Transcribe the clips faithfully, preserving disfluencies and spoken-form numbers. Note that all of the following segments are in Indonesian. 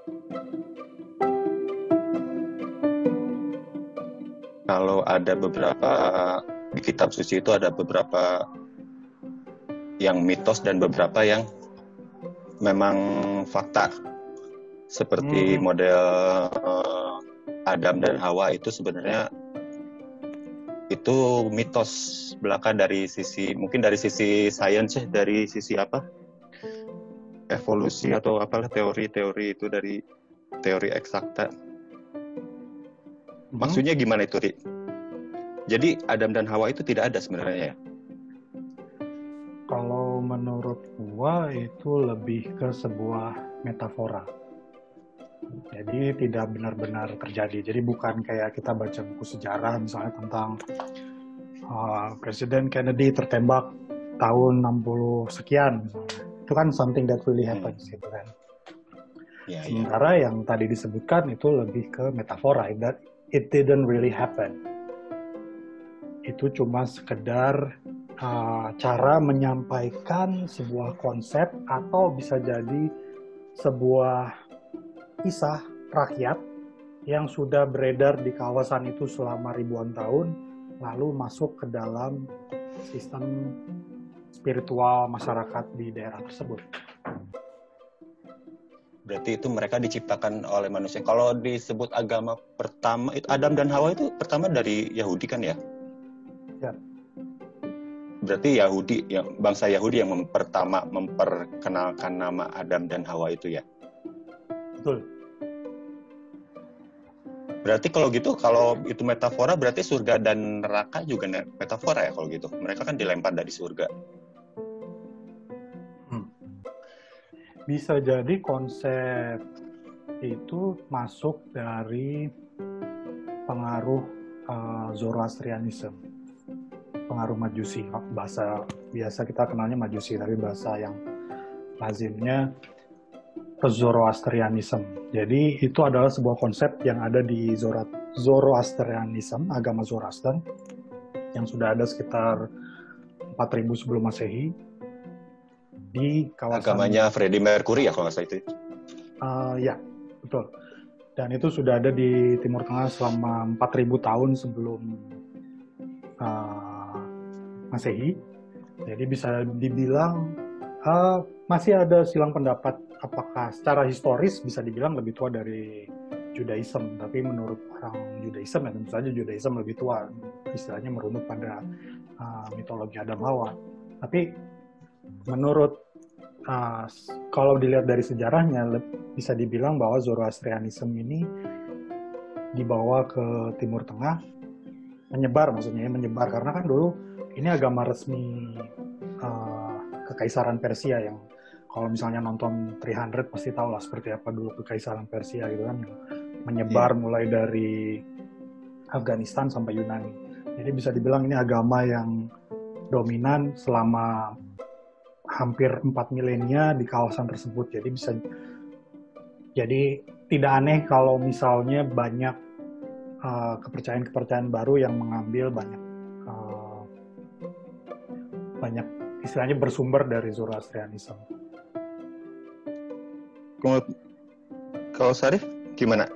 Kalau ada beberapa di kitab suci itu ada beberapa yang mitos dan beberapa yang memang fakta. Seperti hmm. model uh, Adam dan Hawa itu sebenarnya itu mitos belaka dari sisi, mungkin dari sisi sains ya, dari sisi apa? Evolusi atau apalah, teori-teori itu dari teori eksakta. Hmm. Maksudnya gimana itu, Ri? Jadi Adam dan Hawa itu tidak ada sebenarnya ya? Kalau menurut gua itu lebih ke sebuah metafora. Jadi tidak benar-benar terjadi. Jadi bukan kayak kita baca buku sejarah misalnya tentang uh, Presiden Kennedy tertembak tahun enam puluh sekian misalnya. Itu kan something that really happens hmm. gitu kan. Ya, Sementara ya. yang tadi disebutkan itu lebih ke metafora, that it didn't really happen. Itu cuma sekedar uh, cara menyampaikan sebuah konsep atau bisa jadi sebuah kisah rakyat yang sudah beredar di kawasan itu selama ribuan tahun, lalu masuk ke dalam sistem spiritual masyarakat di daerah tersebut. Berarti itu mereka diciptakan oleh manusia. Kalau disebut agama pertama, itu Adam dan Hawa itu pertama dari Yahudi kan ya? Ya. Berarti Yahudi, yang bangsa Yahudi yang mem- pertama memperkenalkan nama Adam dan Hawa itu ya? Betul. Berarti kalau gitu, kalau itu metafora, berarti surga dan neraka juga metafora ya kalau gitu? Mereka kan dilempar dari surga. Hmm. Bisa jadi konsep itu masuk dari pengaruh uh, Zoroastrianism, pengaruh Majusi. Bahasa biasa kita kenalnya Majusi, tapi bahasa yang lazimnya Zoroastrianism. Jadi itu adalah sebuah konsep yang ada di Zoroastrianism, agama Zoroaster, yang sudah ada sekitar empat ribu sebelum Masehi di kawasan. Agamanya Freddie Mercury ya kalau nggak salah itu? Uh, ya, betul. Dan itu sudah ada di Timur Tengah selama empat ribu tahun sebelum uh, Masehi. Jadi bisa dibilang uh, masih ada silang pendapat apakah secara historis bisa dibilang lebih tua dari Judaism, tapi menurut orang Judaism ya tentu saja Judaism lebih tua, istilahnya merunut pada uh, mitologi Adam Hawa. Tapi menurut uh, kalau dilihat dari sejarahnya bisa dibilang bahwa Zoroastrianism ini dibawa ke Timur Tengah, menyebar maksudnya menyebar karena kan dulu ini agama resmi uh, Kekaisaran Persia yang kalau misalnya nonton tiga ratus pasti tahu lah seperti apa dulu Kekaisaran Persia gitu kan, yang menyebar yeah. mulai dari Afghanistan sampai Yunani. Jadi bisa dibilang ini agama yang dominan selama hampir empat milenia di kawasan tersebut. Jadi bisa jadi tidak aneh kalau misalnya banyak uh, kepercayaan-kepercayaan baru yang mengambil banyak uh, banyak istilahnya bersumber dari Zoroastrianism. Kalau Sarif gimana?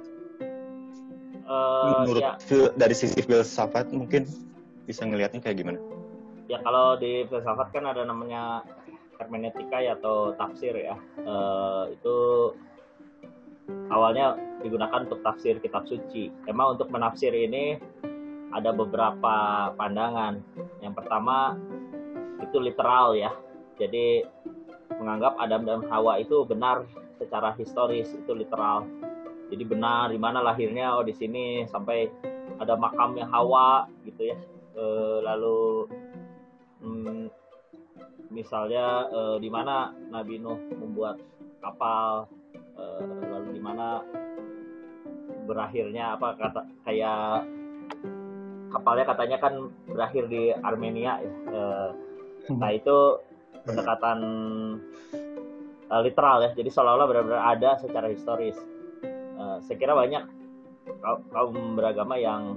Uh, Menurut ya. fil- dari sisi filsafat mungkin bisa ngelihatnya kayak gimana? Ya kalau di filsafat kan ada namanya hermeneutika ya, atau tafsir ya. Uh, itu awalnya digunakan untuk tafsir kitab suci. Emang untuk menafsir ini ada beberapa pandangan. Yang pertama itu literal ya. Jadi menganggap Adam dan Hawa itu benar secara historis, itu literal. Jadi benar di mana lahirnya, oh di sini sampai ada makamnya Hawa gitu ya. E, lalu hmm, misalnya e, di mana Nabi Nuh membuat kapal, e, lalu di mana berakhirnya apa kata kayak kapalnya katanya kan berakhir di Armenia ya. E, nah itu pendekatan uh, literal ya, jadi seolah-olah benar-benar ada secara historis. Uh, saya kira banyak kaum beragama yang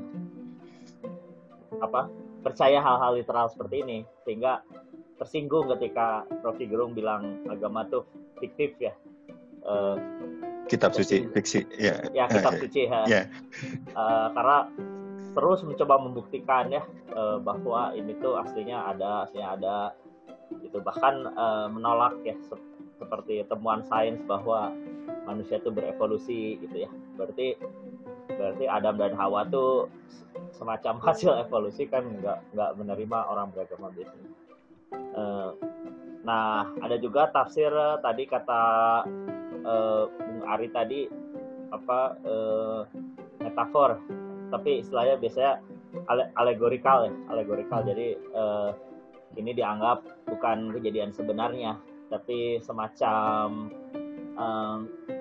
apa percaya hal-hal literal seperti ini, sehingga tersinggung ketika Rocky Gerung bilang agama tuh fiktif ya. Uh, kitab suci fiksi ya. Ya kitab suci ya. Ya. Uh, karena terus mencoba membuktikan ya uh, bahwa ini tuh aslinya ada, aslinya ada gitu. Bahkan uh, menolak ya se- seperti temuan sains bahwa manusia itu berevolusi gitu ya. Berarti berarti Adam dan Hawa tuh semacam hasil evolusi kan, nggak nggak menerima orang beragama biasanya. Uh, nah ada juga tafsir uh, tadi kata uh, Bung Ari tadi apa uh, metafor, tapi istilahnya biasanya ale- alegorikal ya, alegorikal. Jadi uh, ini dianggap bukan kejadian sebenarnya, tapi semacam um,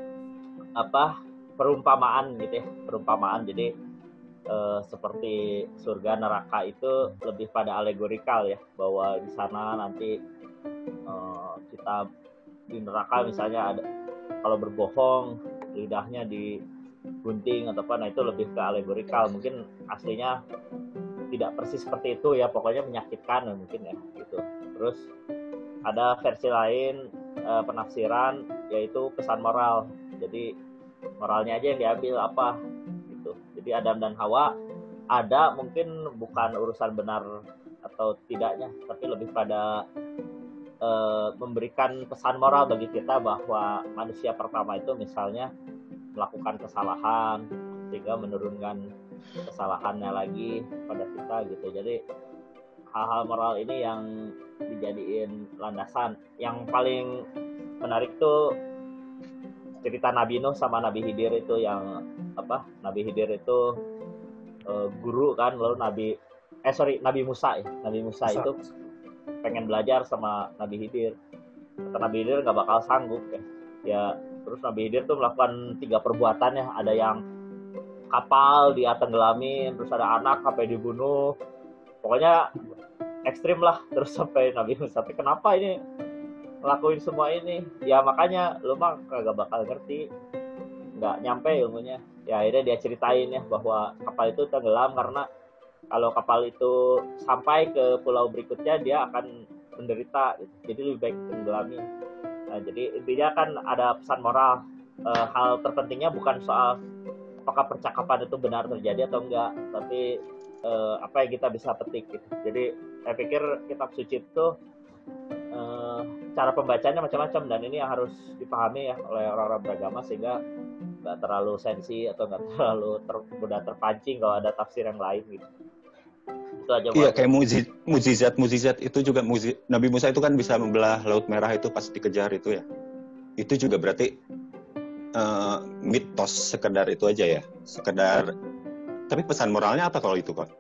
apa perumpamaan gitu ya, perumpamaan. Jadi uh, seperti surga neraka itu lebih pada alegorikal ya, bahwa di sana nanti uh, kita di neraka misalnya ada kalau berbohong lidahnya digunting atau apa, nah itu lebih ke alegorikal. Mungkin aslinya tidak persis seperti itu ya, pokoknya menyakitkan mungkin ya gitu. Terus ada versi lain e, penafsiran yaitu pesan moral. Jadi moralnya aja yang diambil apa gitu. Jadi Adam dan Hawa ada mungkin bukan urusan benar atau tidaknya, tapi lebih pada e, memberikan pesan moral bagi kita bahwa manusia pertama itu misalnya melakukan kesalahan sehingga menurunkan kesalahannya lagi pada kita gitu. Jadi hal-hal moral ini yang dijadiin landasan. Yang paling menarik tuh cerita Nabi Nuh sama Nabi Khidir itu, yang apa? Nabi Khidir itu uh, guru kan, lalu Nabi eh sorry Nabi Musa ya. Nabi Musa Musa. Itu pengen belajar sama Nabi Khidir. Kata Nabi Khidir nggak bakal sanggup ya. Ya terus Nabi Khidir tuh melakukan tiga perbuatan ya. Ada yang kapal dia tenggelamin, terus ada anak sampai dibunuh, pokoknya ekstrim lah. Terus sampai Nabi Musa, tapi kenapa ini ngelakuin semua ini? Ya makanya lu mah kagak bakal ngerti, nggak nyampe ilmunya. Ya akhirnya dia ceritain ya bahwa kapal itu tenggelam karena kalau kapal itu sampai ke pulau berikutnya dia akan menderita, jadi lebih baik tenggelamin. Nah, jadi intinya kan ada pesan moral. E, hal terpentingnya bukan soal apakah percakapan itu benar terjadi atau enggak, tapi eh, apa yang kita bisa petik gitu. Jadi saya pikir kitab suci itu eh, cara pembacanya macam-macam, dan ini yang harus dipahami ya oleh orang-orang beragama sehingga nggak terlalu sensi atau nggak terlalu ter, mudah terpancing kalau ada tafsir yang lain gitu. Itu aja. Iya, kayak mukjizat-mukjizat itu juga, muzi, Nabi Musa itu kan bisa membelah Laut Merah itu pas dikejar itu ya. Itu juga berarti Uh, mitos sekedar itu aja ya, sekedar. Tapi pesan moralnya apa kalau itu kok?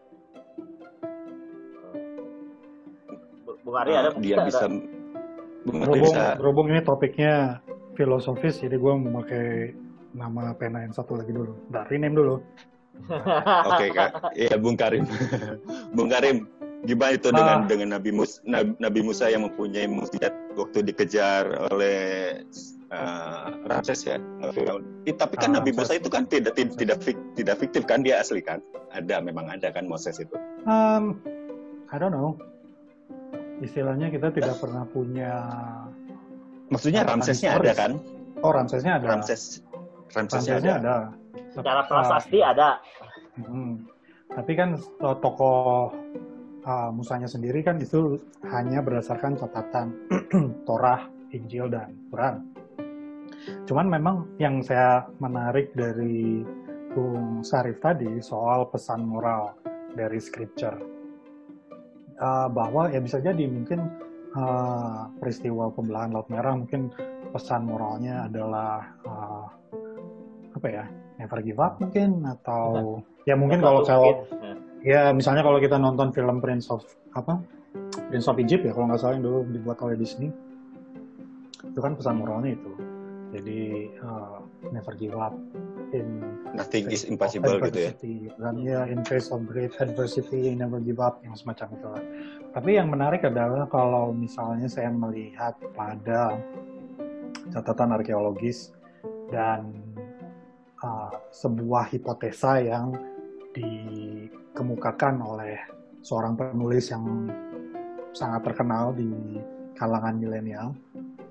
Bung Ari ada, uh, dia ada. bisa berhubung, bisa berhubung ini topiknya filosofis, jadi gue mau pakai nama pena yang satu lagi dulu. Dari name dulu. Oke okay, Kak, iya Bung Karim. Bung Karim, gimana itu dengan ah. dengan Nabi Musa, Nabi Musa yang mempunyai mukjizat waktu dikejar oleh Uh, Ramses ya, eh, tapi kan uh, Nabi Musa itu kan tidak tidak tidak, tidak fiktif kan, dia asli kan, ada memang ada kan Moses itu. Um, I don't know, istilahnya kita tidak pernah punya. Maksudnya Ramsesnya ada kan? Oh Ramsesnya ada. Ramses, Ramsesnya, Ramsesnya ada. ada. Secara prasasti uh, ada. Hmm. Tapi kan tokoh uh, Musanya sendiri kan itu hanya berdasarkan catatan Torah, Injil dan Quran. Cuman memang yang saya menarik dari Bung Syarif tadi soal pesan moral dari scripture, uh, bahwa ya bisa jadi mungkin uh, peristiwa pembelahan Laut Merah mungkin pesan moralnya adalah uh, apa ya, never give up mungkin, atau ya mungkin kalau kalau ya misalnya kalau kita nonton film Prince of apa Prince of Egypt ya kalau nggak salah yang dulu dibuat oleh Disney, itu kan pesan moralnya itu. Jadi uh, never give up in nothing is impossible gitu ya. Dan ya in face of great adversity, never give up, yang semacam itu lah. Tapi yang menarik adalah kalau misalnya saya melihat pada catatan arkeologis dan uh, sebuah hipotesa yang dikemukakan oleh seorang penulis yang sangat terkenal di kalangan milenial,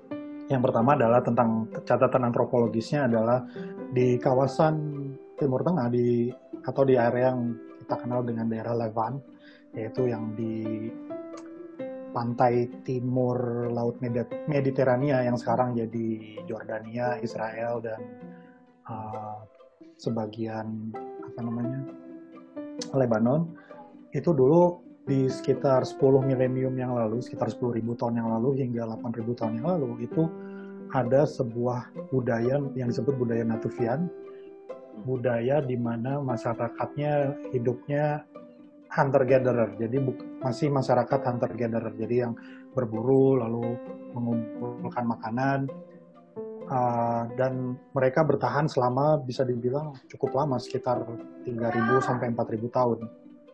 Yang pertama adalah tentang catatan antropologisnya adalah di kawasan Timur Tengah di atau di area yang kita kenal dengan daerah Levant, yaitu yang di pantai timur Laut Mediterania yang sekarang jadi Jordania, Israel, dan uh, sebagian apa namanya Lebanon. Itu dulu di sekitar sepuluh milenium yang lalu, sekitar sepuluh ribu tahun yang lalu hingga delapan ribu tahun yang lalu, itu ada sebuah budaya yang disebut budaya Natufian, budaya di mana masyarakatnya hidupnya hunter-gatherer, jadi masih masyarakat hunter-gatherer, jadi yang berburu lalu mengumpulkan makanan, uh, dan mereka bertahan selama bisa dibilang cukup lama, sekitar tiga ribu sampai empat ribu tahun.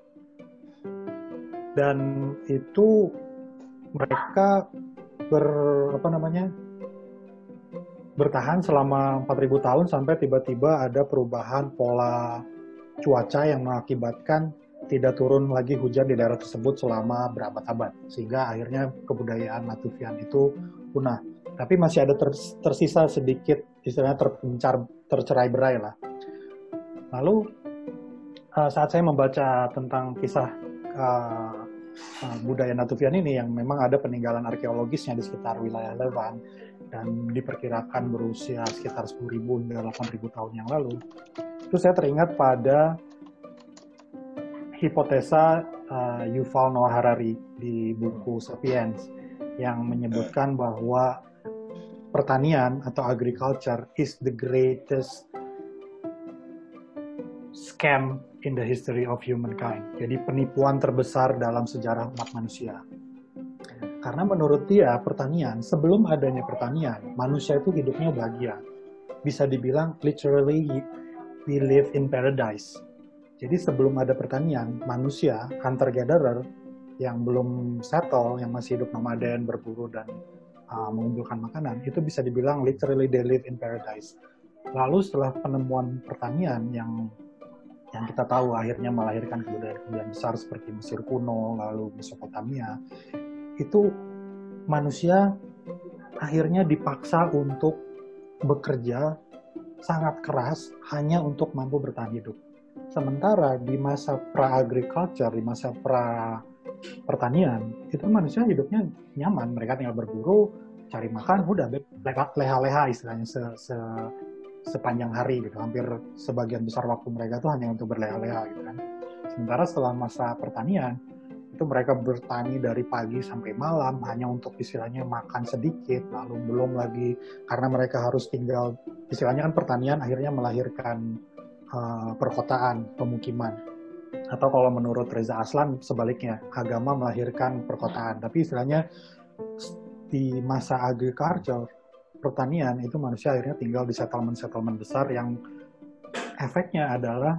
Dan itu mereka ber apa namanya bertahan selama empat ribu tahun sampai tiba-tiba ada perubahan pola cuaca yang mengakibatkan tidak turun lagi hujan di daerah tersebut selama berabad-abad, sehingga akhirnya kebudayaan Natufian itu punah. Tapi masih ada ter- tersisa sedikit, istilahnya terpencar, tercerai-berai lah. Lalu uh, saat saya membaca tentang kisah uh, uh, budaya Natufian ini yang memang ada peninggalan arkeologisnya di sekitar wilayah Levant dan diperkirakan berusia sekitar sepuluh ribu hingga delapan ribu tahun yang lalu, itu saya teringat pada hipotesa uh, Yuval Noah Harari di buku Sapiens yang menyebutkan bahwa pertanian atau agriculture is the greatest scam in the history of humankind. Jadi penipuan terbesar dalam sejarah umat manusia. Karena menurut dia pertanian, sebelum adanya pertanian, manusia itu hidupnya bahagia. Bisa dibilang literally we live in paradise. Jadi sebelum ada pertanian, manusia, hunter-gatherer, yang belum settle, yang masih hidup nomaden, berburu, dan uh, mengumpulkan makanan, itu bisa dibilang literally they live in paradise. Lalu setelah penemuan pertanian yang yang kita tahu akhirnya melahirkan kebudayaan-kebudayaan besar seperti Mesir kuno, lalu Mesopotamia, itu manusia akhirnya dipaksa untuk bekerja sangat keras hanya untuk mampu bertahan hidup. Sementara di masa pra-agriculture, di masa pra-pertanian, itu manusia hidupnya nyaman. Mereka tinggal berburu, cari makan, udah leha-leha istilahnya se, se, sepanjang hari gitu. Hampir sebagian besar waktu mereka itu hanya untuk berleha-leha gitu kan. Sementara setelah masa pertanian, itu mereka bertani dari pagi sampai malam hanya untuk istilahnya makan sedikit, lalu belum lagi karena mereka harus tinggal, istilahnya kan pertanian akhirnya melahirkan Uh, perkotaan, pemukiman. Atau kalau menurut Reza Aslan sebaliknya, agama melahirkan perkotaan. Tapi istilahnya di masa agriculture, pertanian, itu manusia akhirnya tinggal di settlement-settlement besar yang efeknya adalah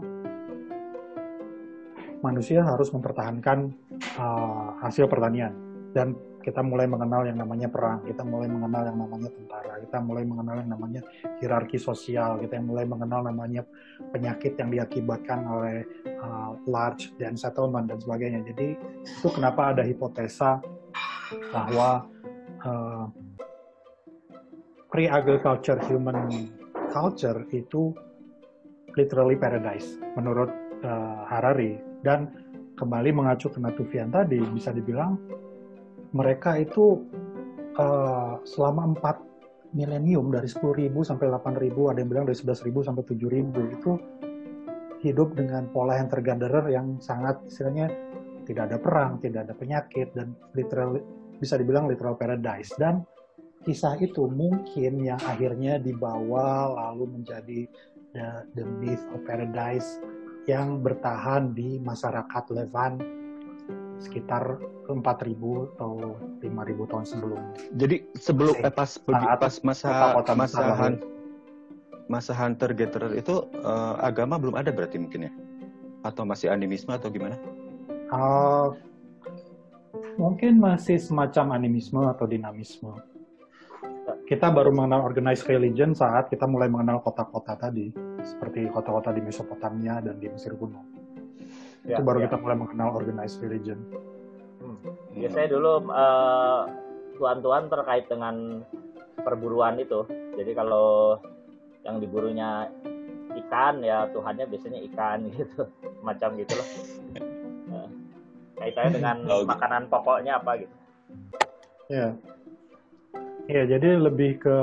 manusia harus mempertahankan uh, hasil pertanian. Dan kita mulai mengenal yang namanya perang, kita mulai mengenal yang namanya tentara, kita mulai mengenal yang namanya hierarki sosial, kita mulai mengenal namanya penyakit yang diakibatkan oleh uh, large dan settlement dan sebagainya. Jadi itu kenapa ada hipotesa bahwa uh, pre-agriculture human culture itu literally paradise menurut uh, Harari. Dan kembali mengacu ke Natufian tadi, bisa dibilang mereka itu uh, selama empat milenium dari sepuluh ribu sampai delapan ribu, ada yang bilang dari sebelas ribu sampai tujuh ribu, itu hidup dengan pola hunter-gatherer yang sangat istilahnya tidak ada perang, tidak ada penyakit, dan literal, bisa dibilang literal paradise. Dan kisah itu mungkin yang akhirnya dibawa lalu menjadi the, the myth of paradise yang bertahan di masyarakat Levant sekitar empat ribu atau lima ribu tahun sebelum. Jadi sebelum eh, pas pas masa kota-kota masa han, masa hunter gatherer itu uh, agama belum ada berarti mungkin ya? Atau masih animisme atau gimana? Uh, mungkin masih semacam animisme atau dinamisme. Kita baru mengenal organized religion saat kita mulai mengenal kota-kota tadi, seperti kota-kota di Mesopotamia dan di Mesir kuno. Ya, itu baru ya. Kita mulai mengenal organized religion. Hmm. Ya, saya dulu uh, tuan-tuan terkait dengan perburuan itu. Jadi kalau yang diburunya ikan, ya Tuhannya biasanya ikan gitu, macam gitu loh. Nah, kaitannya dengan Oh, gitu. makanan pokoknya apa gitu. Ya, ya jadi lebih ke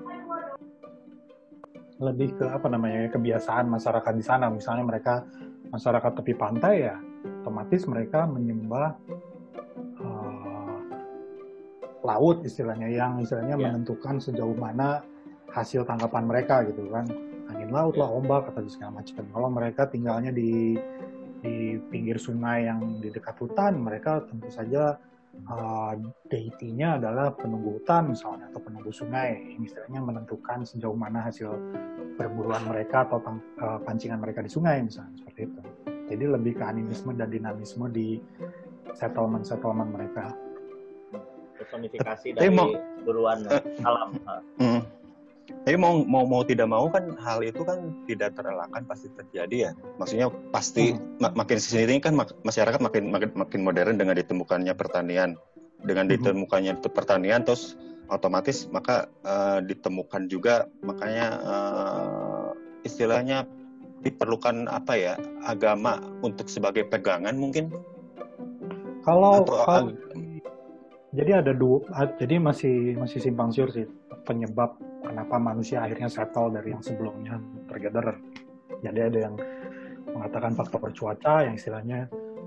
lebih ke apa namanya kebiasaan masyarakat di sana. Misalnya mereka masyarakat tepi pantai ya, otomatis mereka menyembah uh, laut istilahnya, yang istilahnya Ya. menentukan sejauh mana hasil tangkapan mereka gitu kan. Angin laut lah, Ya. ombak atau segala macam. Kalau mereka tinggalnya di di pinggir sungai yang di dekat hutan, mereka tentu saja uh, deity-nya adalah penunggu hutan misalnya atau penunggu sungai. Ini istilahnya menentukan sejauh mana hasil perburuan mereka atau uh, pancingan mereka di sungai misalnya, seperti itu. Jadi lebih ke animisme dan dinamisme di settlement-settlement mereka. Personifikasi Tapi dari mau- buruan alam. Hmm. Tapi mau mau mau tidak mau kan hal itu kan tidak terelakkan pasti terjadi ya. Maksudnya pasti Hmm. mak- makin sini kan mak- masyarakat makin, makin makin modern dengan ditemukannya pertanian, dengan Hmm. ditemukannya pertanian terus otomatis maka uh, ditemukan juga makanya uh, istilahnya diperlukan apa ya agama untuk sebagai pegangan mungkin. Kalau, Atau kalau ag- jadi ada dua, jadi masih masih simpang siur sih penyebab kenapa manusia akhirnya settle dari yang sebelumnya together. Jadi ada yang mengatakan faktor cuaca, yang istilahnya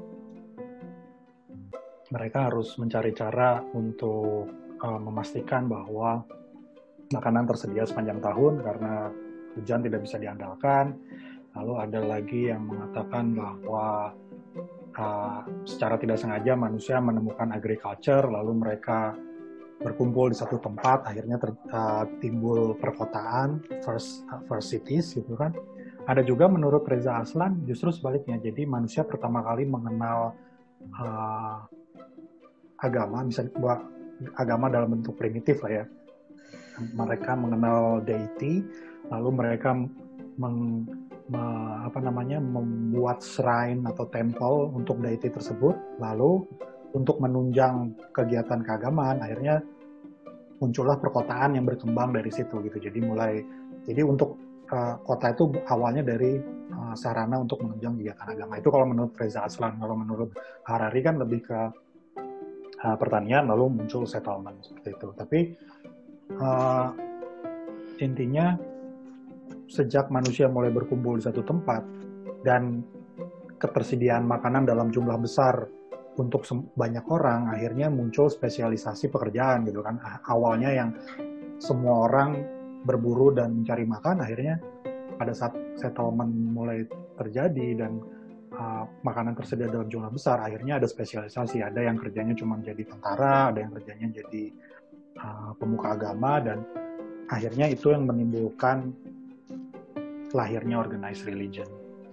mereka harus mencari cara untuk uh, memastikan bahwa makanan tersedia sepanjang tahun karena hujan tidak bisa diandalkan. Lalu ada lagi yang mengatakan bahwa uh, secara tidak sengaja manusia menemukan agriculture, lalu mereka berkumpul di satu tempat, akhirnya ter, uh, timbul perkotaan, first uh, first cities gitu kan. Ada juga menurut Reza Aslan justru sebaliknya. Jadi manusia pertama kali mengenal uh, agama, bisa buat agama dalam bentuk primitif lah ya. Mereka mengenal deity, lalu mereka meng, me, apa namanya membuat shrine atau temple untuk deity tersebut, lalu untuk menunjang kegiatan keagamaan akhirnya muncullah perkotaan yang berkembang dari situ gitu. Jadi mulai jadi untuk uh, kota itu awalnya dari uh, sarana untuk menunjang kegiatan agama. Itu kalau menurut Reza Aslan. Kalau menurut Harari kan lebih ke uh, pertanian lalu muncul settlement seperti itu. Tapi uh, intinya sejak manusia mulai berkumpul di satu tempat dan ketersediaan makanan dalam jumlah besar untuk banyak orang, akhirnya muncul spesialisasi pekerjaan gitu kan. Awalnya yang semua orang berburu dan mencari makan, akhirnya pada saat settlement mulai terjadi dan uh, makanan tersedia dalam jumlah besar, akhirnya ada spesialisasi. Ada yang kerjanya cuma jadi tentara, ada yang kerjanya jadi uh, pemuka agama, dan akhirnya itu yang menimbulkan lahirnya organized religion.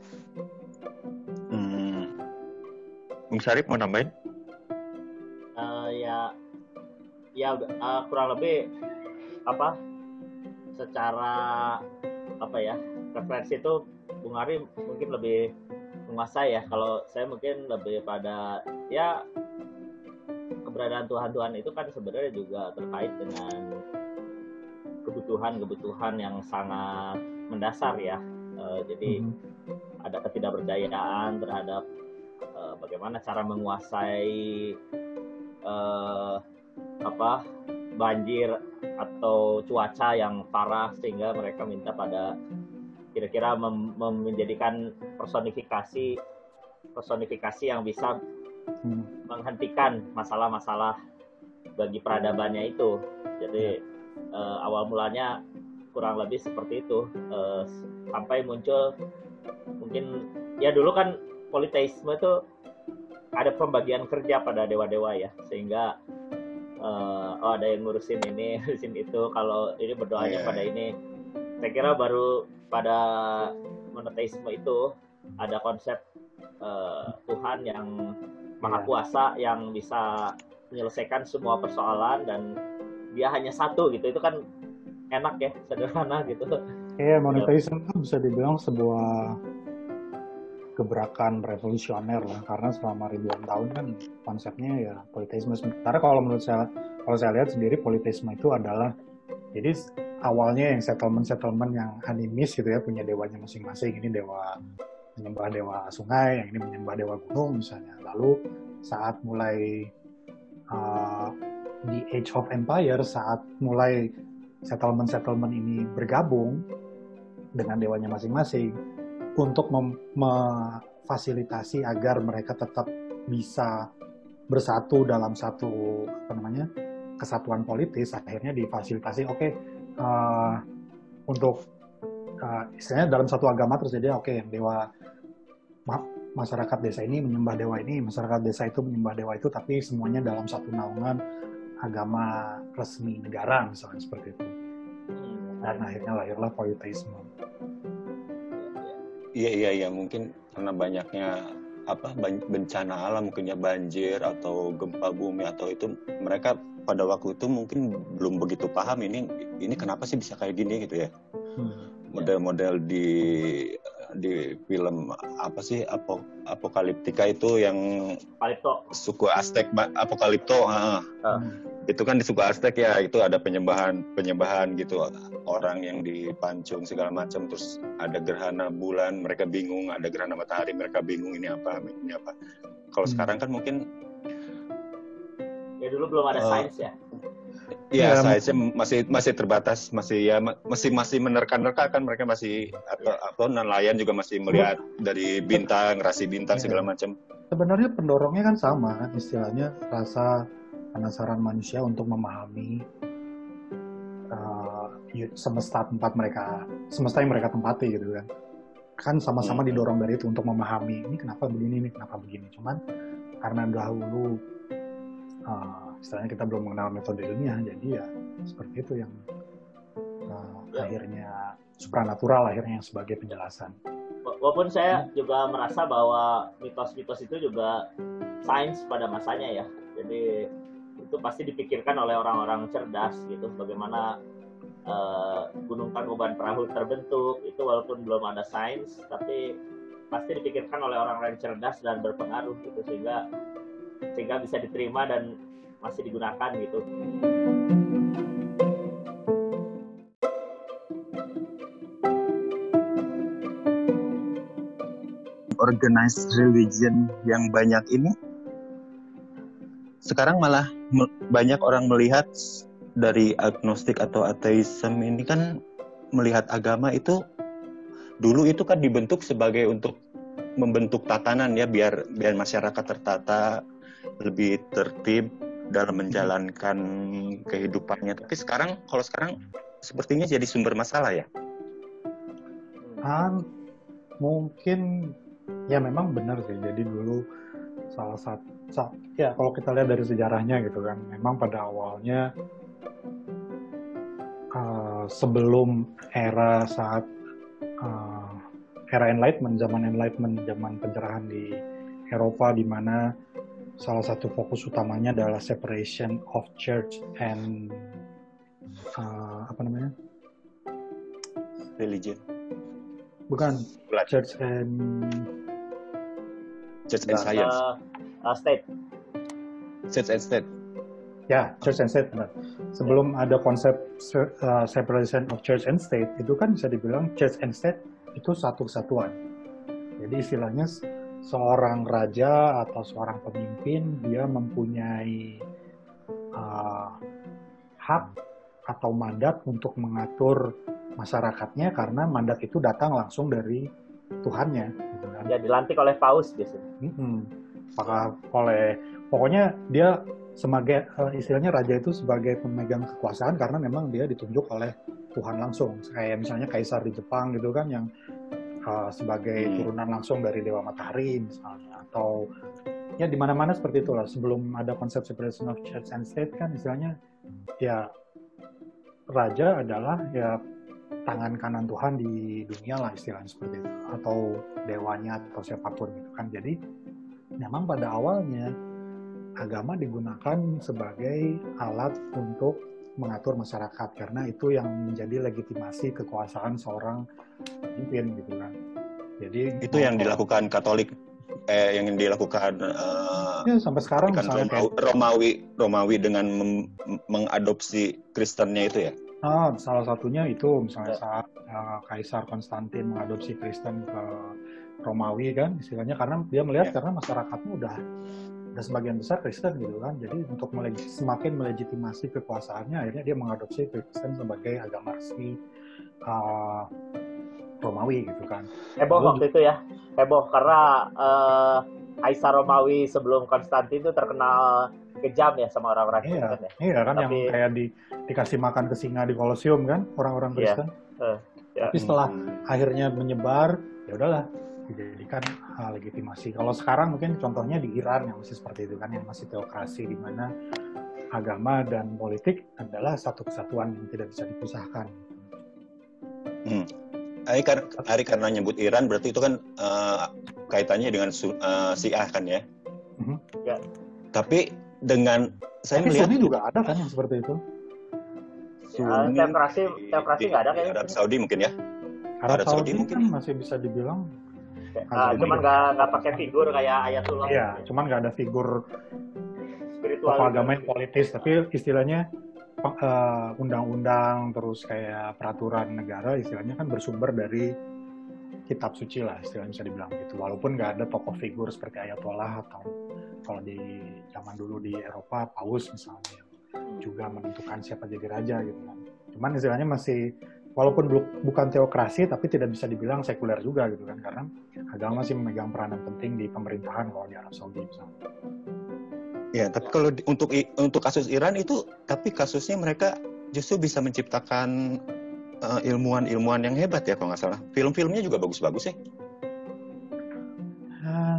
Bung Syarif mau nambahin? Uh, ya, ya uh, kurang lebih apa? Secara apa ya? Referensi itu Bung Ari mungkin lebih menguasai ya. Kalau saya mungkin lebih pada ya keberadaan Tuhan-Tuhan itu kan sebenarnya juga terkait dengan kebutuhan-kebutuhan yang sangat mendasar ya. Uh, jadi mm-hmm. ada ketidakberdayaan terhadap uh, bagaimana cara menguasai uh, apa banjir atau cuaca yang parah sehingga mereka minta pada kira-kira mem- menjadikan personifikasi personifikasi yang bisa hmm. menghentikan masalah-masalah bagi peradabannya itu. Jadi uh, awal mulanya kurang lebih seperti itu uh, sampai muncul mungkin ya dulu kan politeisme itu ada pembagian kerja pada dewa-dewa ya, sehingga uh, oh ada yang ngurusin ini, ngurusin itu, kalau ini berdoanya yeah. pada ini. Saya kira baru pada monoteisme itu ada konsep uh, Tuhan yang maha kuasa yang bisa menyelesaikan semua persoalan dan dia hanya satu gitu. Itu kan enak ya, sederhana gitu. Iya, yeah, monoteisme itu bisa dibilang sebuah gebrakan revolusioner lah, karena selama ribuan tahun kan konsepnya ya politeisme. Sementara kalau menurut saya, kalau saya lihat sendiri politeisme itu adalah Jadi awalnya yang settlement-settlement yang animis gitu ya, punya dewanya masing-masing. Ini dewa menyembah dewa sungai, yang ini menyembah dewa gunung misalnya. Lalu saat mulai uh, di Age of Empire, saat mulai settlement-settlement ini bergabung dengan dewanya masing-masing untuk mem- memfasilitasi agar mereka tetap bisa bersatu dalam satu apa namanya kesatuan politis, akhirnya difasilitasi oke okay, uh, untuk uh, istilahnya dalam satu agama terjadi oke okay, yang dewa ma- masyarakat desa ini menyembah dewa ini, masyarakat desa itu menyembah dewa itu, tapi semuanya dalam satu naungan agama resmi negara misalnya seperti itu. Dan akhirnya lahirlah politeisme. Iya iya iya mungkin karena banyaknya apa bencana alam, mungkinnya banjir atau gempa bumi atau itu, mereka pada waktu itu mungkin belum begitu paham ini ini kenapa sih bisa kayak gini gitu ya. Hmm. Model-model di di film apa sih Apo, Apokaliptika itu yang Apokalipto. Suku Aztec Apokalipto ah. Hmm. Itu kan di suku Aztec ya, itu ada penyembahan penyembahan gitu, orang yang dipancung segala macam, terus ada gerhana bulan mereka bingung, ada gerhana matahari mereka bingung ini apa ini apa. Kalau hmm. sekarang kan mungkin ya dulu belum ada uh, sains ya. Iya, ya, sainsnya masih masih terbatas, masih ya masih masih menerka-nerka kan, mereka masih atau atau nelayan juga masih melihat dari bintang, rasi bintang ya. Segala macam. Sebenarnya pendorongnya kan sama, istilahnya rasa penasaran manusia untuk memahami uh, semesta tempat mereka, semesta yang mereka tempati gitu kan. Kan sama-sama hmm. didorong dari itu untuk memahami ini kenapa begini, ini kenapa begini. Cuman karena dahulu uh, istilahnya kita belum mengenal metode ilmiah, jadi ya seperti itu yang uh, ya. akhirnya supranatural akhirnya yang sebagai penjelasan. Walaupun saya juga merasa bahwa mitos-mitos itu juga sains pada masanya ya. Jadi itu pasti dipikirkan oleh orang-orang cerdas gitu, bagaimana uh, gunung tangkuban perahu terbentuk itu, walaupun belum ada sains tapi pasti dipikirkan oleh orang-orang cerdas dan berpengaruh gitu, sehingga sehingga bisa diterima dan masih digunakan gitu. Organized religion yang banyak ini sekarang malah banyak orang melihat dari agnostik atau ateisme ini kan, melihat agama itu dulu itu kan dibentuk sebagai untuk membentuk tatanan ya, biar biar masyarakat tertata, lebih tertib dalam menjalankan kehidupannya. Tapi sekarang kalau sekarang sepertinya jadi sumber masalah ya. Ah, mungkin ya memang benar sih. Jadi dulu salah satu ya kalau kita lihat dari sejarahnya gitu kan, memang pada awalnya uh, sebelum era saat uh, era Enlightenment, zaman Enlightenment, zaman pencerahan di Eropa, di mana salah satu fokus utamanya adalah separation of church and uh, apa namanya religion, bukan church and church and science. Uh, uh, state. Church and state. Ya, church and state benar. Sebelum ada konsep uh, separation of church and state, itu kan bisa dibilang church and state itu satu kesatuan. Jadi istilahnya seorang raja atau seorang pemimpin, dia mempunyai uh, hak atau mandat untuk mengatur masyarakatnya, karena mandat itu datang langsung dari Tuhannya. Gitu kan. Ya, dilantik oleh paus biasanya. Mm-hmm. Apakah oleh, pokoknya dia sebagai uh, istilahnya raja itu sebagai pemegang kekuasaan karena memang dia ditunjuk oleh Tuhan langsung. Kayak misalnya kaisar di Jepang gitu kan, yang uh, sebagai turunan langsung dari Dewa Matahari misalnya, atau ya di mana-mana seperti itulah. Sebelum ada konsep separation of church and state kan istilahnya ya raja adalah ya tangan kanan Tuhan di dunia lah istilahnya seperti itu, atau dewanya atau siapapun gitu kan. Jadi memang pada awalnya agama digunakan sebagai alat untuk mengatur masyarakat, karena itu yang menjadi legitimasi kekuasaan seorang pemimpin gitu kan. Jadi itu yang dilakukan Katolik, eh, yang dilakukan uh, ya, sampai sekarang misalnya Romawi, Romawi Romawi dengan mem- mengadopsi Kristennya itu ya. Ah, salah satunya itu misalnya saat uh, Kaisar Konstantin mengadopsi Kristen ke Romawi kan istilahnya karena dia melihat Ya. karena masyarakatnya udah udah sebagian besar Kristen gitu kan. Jadi untuk meleg- semakin melegitimasi kekuasaannya akhirnya dia mengadopsi Kristen sebagai agama resmi uh, Romawi gitu kan. Heboh Lalu waktu itu ya, heboh karena uh, Kaisar Romawi sebelum Konstantin itu terkenal kejam ya sama orang-orang iya, Kristen ya. iya kan Tapi, yang kayak di, dikasih makan ke singa di Kolosium kan orang-orang Kristen. Iya, uh, ya. Tapi setelah hmm. akhirnya menyebar, ya udahlah dijadikan uh, legitimasi. Kalau sekarang mungkin contohnya di Iran yang masih seperti itu kan, yang masih teokrasi di mana agama dan politik adalah satu kesatuan yang tidak bisa dipisahkan. Hmm. Ari, kar- Ari karena nyebut Iran berarti itu kan uh, kaitannya dengan uh, Syiah kan ya? Mm-hmm. Ya. Tapi dengan saya Tapi melihat Sunni juga ada kan yang seperti itu. Sunni, ya, teokrasi teokrasi nggak ada kayaknya. Arab Saudi mungkin ya. Arab, Arab Saudi, Saudi mungkin kan masih bisa dibilang. Ah, cuman nggak nggak pakai figur kayak Ayatullah. Iya, cuman nggak ada figur spiritual tokoh agama yang politis, tapi istilahnya uh, undang-undang terus kayak peraturan negara istilahnya kan bersumber dari kitab suci lah istilahnya bisa dibilang gitu. Walaupun nggak ada tokoh figur seperti Ayatollah atau kalau di zaman dulu di Eropa Paus misalnya juga menentukan siapa jadi raja gitu kan. Cuman istilahnya masih walaupun bukan teokrasi tapi tidak bisa dibilang sekuler juga gitu kan karena agama masih memegang peranan penting di pemerintahan kalau di Arab Saudi misalnya. Ya, tapi kalau di, untuk untuk kasus Iran itu tapi kasusnya mereka justru bisa menciptakan uh, ilmuwan-ilmuwan yang hebat ya kalau nggak salah. Film-filmnya juga bagus-bagus ya. Uh.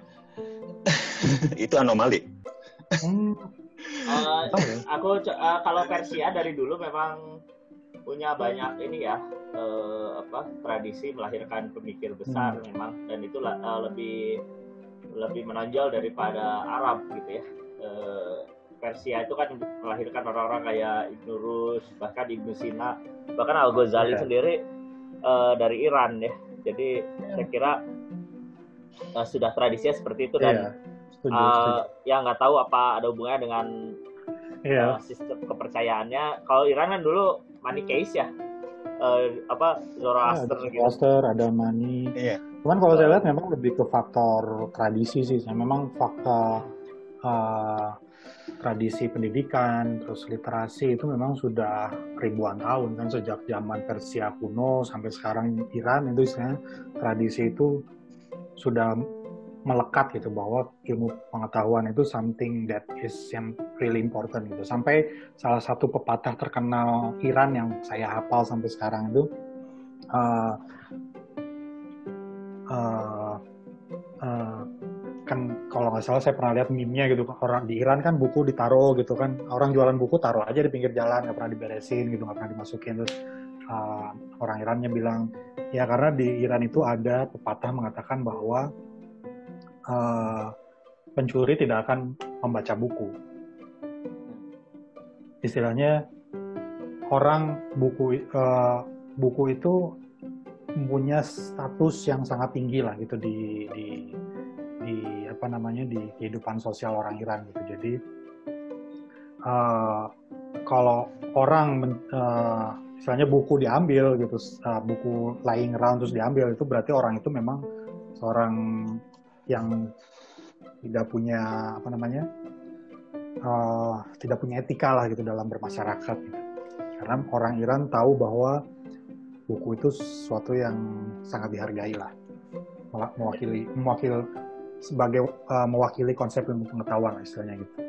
Itu anomali. Hmm. Uh, aku uh, kalau Persia dari dulu memang punya banyak ini ya uh, apa tradisi melahirkan pemikir besar hmm. memang dan itu uh, lebih lebih menonjol daripada Arab gitu ya. Uh, Persia itu kan melahirkan orang-orang kayak Ibn Rus bahkan Ibn Sina bahkan Al Ghazali yeah. sendiri uh, dari Iran ya. Jadi yeah. saya kira uh, sudah tradisinya seperti itu dan yeah. Setuju, uh, setuju. Ya nggak tahu apa ada hubungannya dengan yeah. uh, sistem kepercayaannya. Kalau Iran kan dulu Manikeis ya, uh, apa Zoroaster ya, gitu. Zoroaster ada Mani. Iya. Cuman kalau uh, saya lihat memang lebih ke faktor tradisi sih. Memang fakta uh, tradisi pendidikan, terus literasi itu memang sudah ribuan tahun kan sejak zaman Persia kuno sampai sekarang Iran itu istilahnya tradisi itu sudah melekat gitu bahwa ilmu pengetahuan itu something that is yang really important gitu. Sampai salah satu pepatah terkenal Iran yang saya hafal sampai sekarang itu uh, uh, uh, kan kalau nggak salah saya pernah lihat meme-nya gitu orang di Iran kan buku ditaruh gitu kan orang jualan buku taruh aja di pinggir jalan nggak pernah diberesin gitu nggak pernah dimasukin terus uh, orang Irannya bilang ya karena di Iran itu ada pepatah mengatakan bahwa Uh, pencuri tidak akan membaca buku. Istilahnya orang buku uh, buku itu punya status yang sangat tinggi lah gitu di di di apa namanya di kehidupan sosial orang Iran gitu. Jadi uh, kalau orang men, uh, misalnya buku diambil gitu, uh, buku lying around terus diambil itu berarti orang itu memang seorang yang tidak punya apa namanya uh, tidak punya etika lah gitu dalam bermasyarakat gitu. Karena orang Iran tahu bahwa buku itu sesuatu yang sangat dihargai lah mewakili mewakili sebagai uh, mewakili konsep ilmu pengetahuan istilahnya gitu.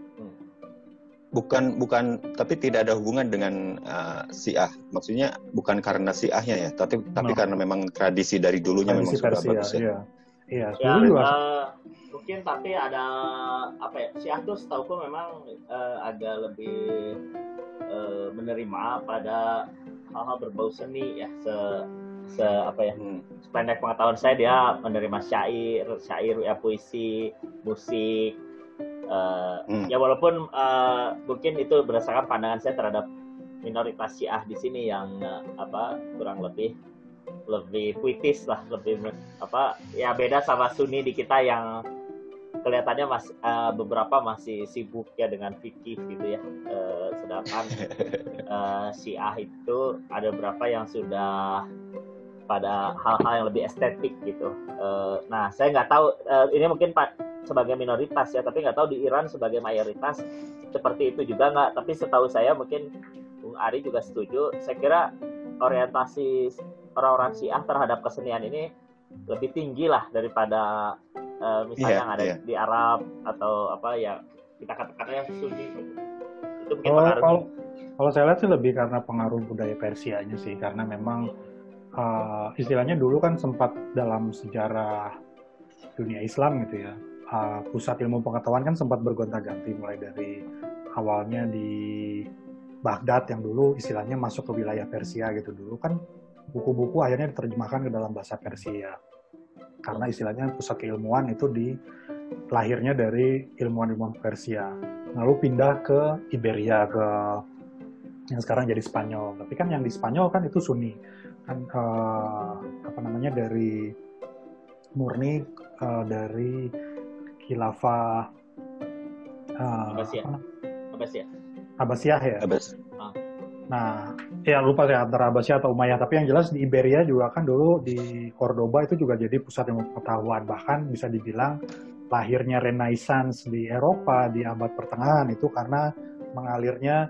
Bukan bukan tapi tidak ada hubungan dengan uh, Syiah. Maksudnya bukan karena Syiahnya ya, tapi tapi no. karena memang tradisi dari dulunya tradisi memang sudah Persia, bagus ya. Iya. Iya, ya, uh, mungkin tapi ada apa ya? Syiah tuh setahuku memang uh, agak lebih uh, menerima pada hal-hal berbau seni ya, se, se apa ya? Hmm. Sependek pengetahuan saya dia menerima syair, syair ya puisi, musik. Uh, hmm. Ya walaupun uh, mungkin itu berdasarkan pandangan saya terhadap minoritas Syiah di sini yang uh, apa kurang lebih lebih puitis lah, lebih apa ya beda sama Sunni di kita yang kelihatannya mas uh, beberapa masih sibuk ya dengan fikih gitu ya, uh, sedangkan uh, Syiah itu ada beberapa yang sudah pada hal-hal yang lebih estetik gitu. Uh, nah saya nggak tahu uh, ini mungkin Pak sebagai minoritas ya, tapi nggak tahu di Iran sebagai mayoritas seperti itu juga nggak. Tapi setahu saya mungkin Bung Ari juga setuju. Saya kira orientasi orang-orang Syiah terhadap kesenian ini lebih tinggi lah daripada uh, misalnya yeah, yang ada yeah. di Arab atau apa ya kita katakannya Sunni gitu. Itu mungkin kalau, pengaruh. Kalau, kalau saya lihat sih lebih karena pengaruh budaya Persianya sih, karena memang uh, istilahnya dulu kan sempat dalam sejarah dunia Islam gitu ya, uh, pusat ilmu pengetahuan kan sempat bergonta-ganti, mulai dari awalnya di Baghdad yang dulu istilahnya masuk ke wilayah Persia gitu. Dulu kan buku-buku akhirnya diterjemahkan ke dalam bahasa Persia karena istilahnya pusat keilmuan itu di lahirnya dari ilmuwan-ilmuwan Persia, lalu pindah ke Iberia, ke yang sekarang jadi Spanyol. Tapi kan yang di Spanyol kan itu Sunni kan, uh, apa namanya dari murni uh, dari khilafah uh, Abbasiyah. Abbasiyah. Abbasiyah ya. Abbas. Nah, ya lupa saya antara Abbasiyah atau Umayyah, tapi yang jelas di Iberia juga kan dulu di Cordoba itu juga jadi pusat ilmu pengetahuan. Bahkan bisa dibilang lahirnya Renaissance di Eropa di abad pertengahan itu karena mengalirnya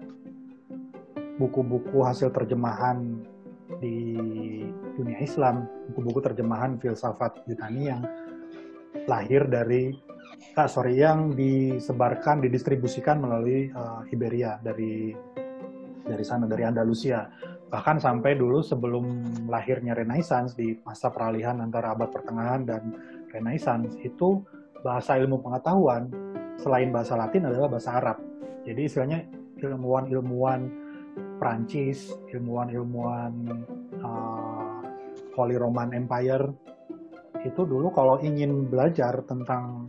buku-buku hasil terjemahan di dunia Islam, buku-buku terjemahan filsafat Yunani yang lahir dari, ah, sorry, yang disebarkan, didistribusikan melalui uh, Iberia dari dari sana, dari Andalusia. Bahkan sampai dulu sebelum lahirnya Renaissance, di masa peralihan antara abad pertengahan dan Renaissance, itu bahasa ilmu pengetahuan selain bahasa Latin adalah bahasa Arab. Jadi istilahnya ilmuwan-ilmuwan Prancis, ilmuwan-ilmuwan uh, Holy Roman Empire itu dulu kalau ingin belajar tentang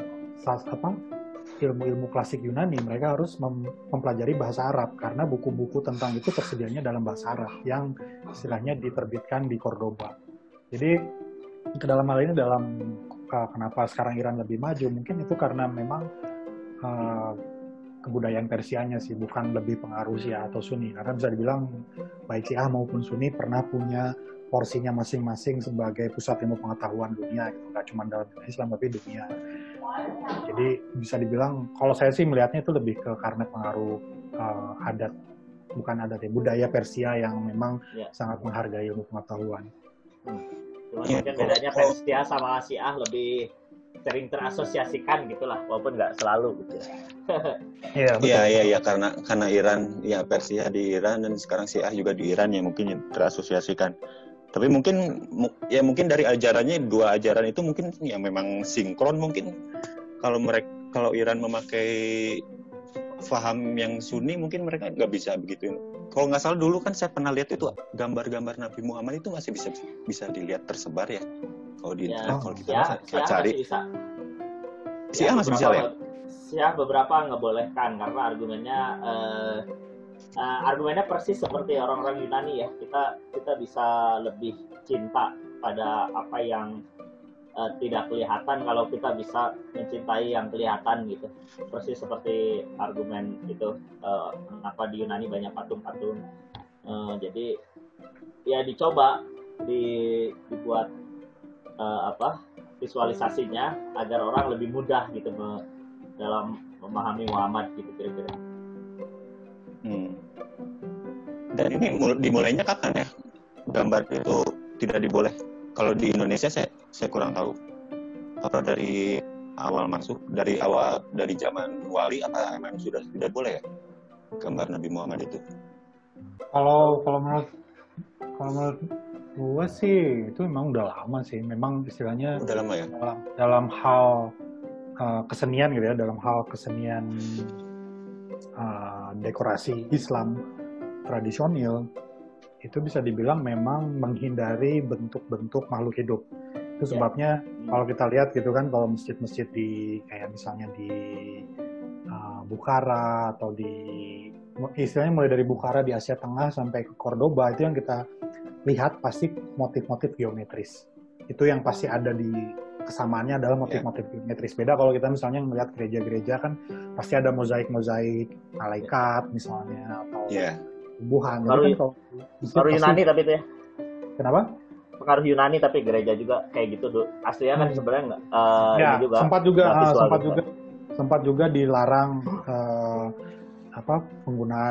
apa ilmu-ilmu klasik Yunani, mereka harus mem- mempelajari bahasa Arab karena buku-buku tentang itu tersedianya dalam bahasa Arab yang istilahnya diterbitkan di Cordoba. Jadi ke dalam hal ini, dalam uh, kenapa sekarang Iran lebih maju, mungkin itu karena memang uh, kebudayaan Persianya sih, bukan lebih pengaruh Syiah atau Sunni. Karena bisa dibilang baik Syiah maupun Sunni pernah punya porsinya masing-masing sebagai pusat ilmu pengetahuan dunia, gitu. Nggak cuma dalam dunia Islam tapi dunia. Jadi bisa dibilang, kalau saya sih melihatnya itu lebih ke karena pengaruh uh, adat, bukan adat ya, budaya Persia yang memang ya. sangat menghargai ilmu pengetahuan. Hmm. Cuma ya, mungkin bedanya Persia sama Syiah lebih sering terasosiasikan gitulah, walaupun nggak selalu gitu. Iya, iya, iya, ya, karena karena Iran, ya Persia di Iran dan sekarang Syiah juga di Iran ya mungkin yang terasosiasikan. Tapi mungkin ya mungkin dari ajarannya, dua ajaran itu mungkin ya memang sinkron mungkin. Kalau mereka kalau Iran memakai faham yang Sunni mungkin mereka nggak bisa begitu. Kalau nggak salah dulu kan saya pernah lihat itu gambar-gambar Nabi Muhammad itu masih bisa bisa dilihat tersebar ya. Kalau di internet, ya, kalau kita ya, ya, cari. Syiah masih bisa ya? Syiah beberapa nggak karena argumennya eh, uh, argumennya persis seperti orang-orang Yunani ya. Kita kita bisa lebih cinta pada apa yang uh, tidak kelihatan kalau kita bisa mencintai yang kelihatan gitu. Persis seperti argumen itu, uh, kenapa di Yunani banyak patung-patung. Uh, jadi ya dicoba di, dibuat uh, apa visualisasinya agar orang lebih mudah gitu me, dalam memahami Muhammad gitu kira-kira. Hmm. Dan ini dimulainya kapan ya? Gambar itu tidak diboleh. Kalau di Indonesia saya saya kurang tahu. Apa dari awal masuk, dari awal dari zaman wali apa memang sudah tidak boleh ya gambar Nabi Muhammad itu? Kalau kalau menurut kalau menurut gue sih itu memang udah lama sih. Memang istilahnya udah lama ya. Dalam, dalam hal uh, kesenian gitu ya, dalam hal kesenian uh, dekorasi Islam tradisional itu bisa dibilang memang menghindari bentuk-bentuk makhluk hidup. Itu sebabnya ya. Kalau kita lihat gitu kan, kalau masjid-masjid di kayak misalnya di uh, Bukhara atau di istilahnya mulai dari Bukhara di Asia Tengah sampai ke Cordoba, itu yang kita lihat pasti motif-motif geometris. itu yang pasti ada di kesamaannya adalah motif-motif geometris. Beda kalau kita misalnya melihat gereja-gereja kan pasti ada mozaik-mozaik malaikat misalnya atau yeah. tumbuhan. Pengaruh, kan kalau pengaruh Yunani tapi itu ya. Kenapa? Pengaruh Yunani tapi gereja juga kayak gitu tuh. Aslinya kan sebenarnya enggak uh, ya, ini juga sempat juga uh, sempat gitu. juga sempat juga dilarang uh, apa penggunaan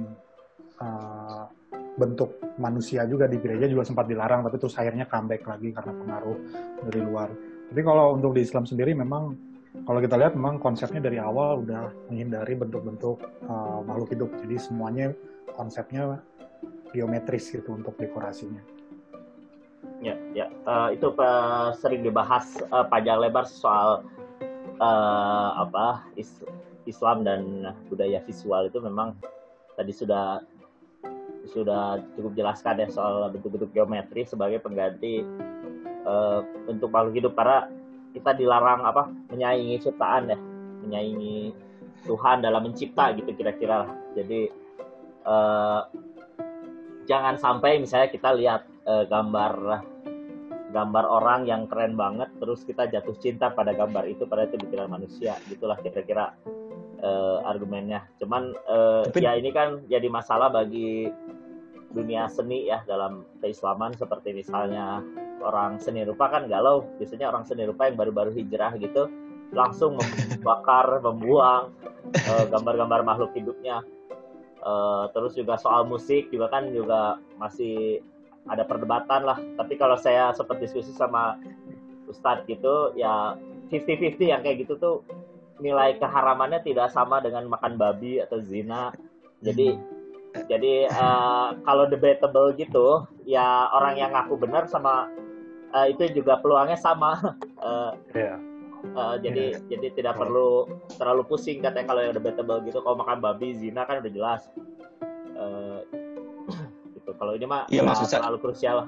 uh, bentuk manusia juga di gereja juga sempat dilarang, tapi terus akhirnya comeback lagi karena pengaruh dari luar. Tapi kalau untuk di Islam sendiri memang kalau kita lihat memang konsepnya dari awal udah menghindari bentuk-bentuk uh, makhluk hidup. Jadi semuanya konsepnya geometris gitu untuk dekorasinya. Ya, ya uh, itu uh, sering dibahas uh, panjang lebar soal uh, apa is- Islam dan budaya visual itu memang tadi sudah sudah cukup jelaskan ya soal bentuk-bentuk geometri sebagai pengganti uh, bentuk makhluk hidup, karena kita dilarang apa menyaingi ciptaan ya, menyaingi Tuhan dalam mencipta gitu kira-kira. Jadi uh, jangan sampai misalnya kita lihat uh, gambar gambar orang yang keren banget terus kita jatuh cinta pada gambar itu, pada itu bikinan manusia, gitulah kira-kira uh, argumennya. Cuman uh, Tapi... ya ini kan jadi masalah bagi dunia seni ya dalam keislaman, seperti misalnya orang seni rupa kan galau, biasanya orang seni rupa yang baru-baru hijrah gitu langsung membakar, membuang uh, gambar-gambar makhluk hidupnya. Uh, terus juga soal musik juga kan juga masih ada perdebatan lah. Tapi kalau saya sempat diskusi sama Ustadz gitu ya fifty fifty yang kayak gitu tuh nilai keharamannya tidak sama dengan makan babi atau zina. Jadi hmm. Jadi uh, kalau debatable gitu, ya orang yang ngaku benar sama uh, itu juga peluangnya sama. uh, yeah. uh, jadi yeah. jadi tidak oh. perlu terlalu pusing katanya kalau yang debatable gitu. Kalau makan babi, zina kan udah jelas. Uh, gitu. Kalau ini mah ya, uh, maksud terlalu krusial.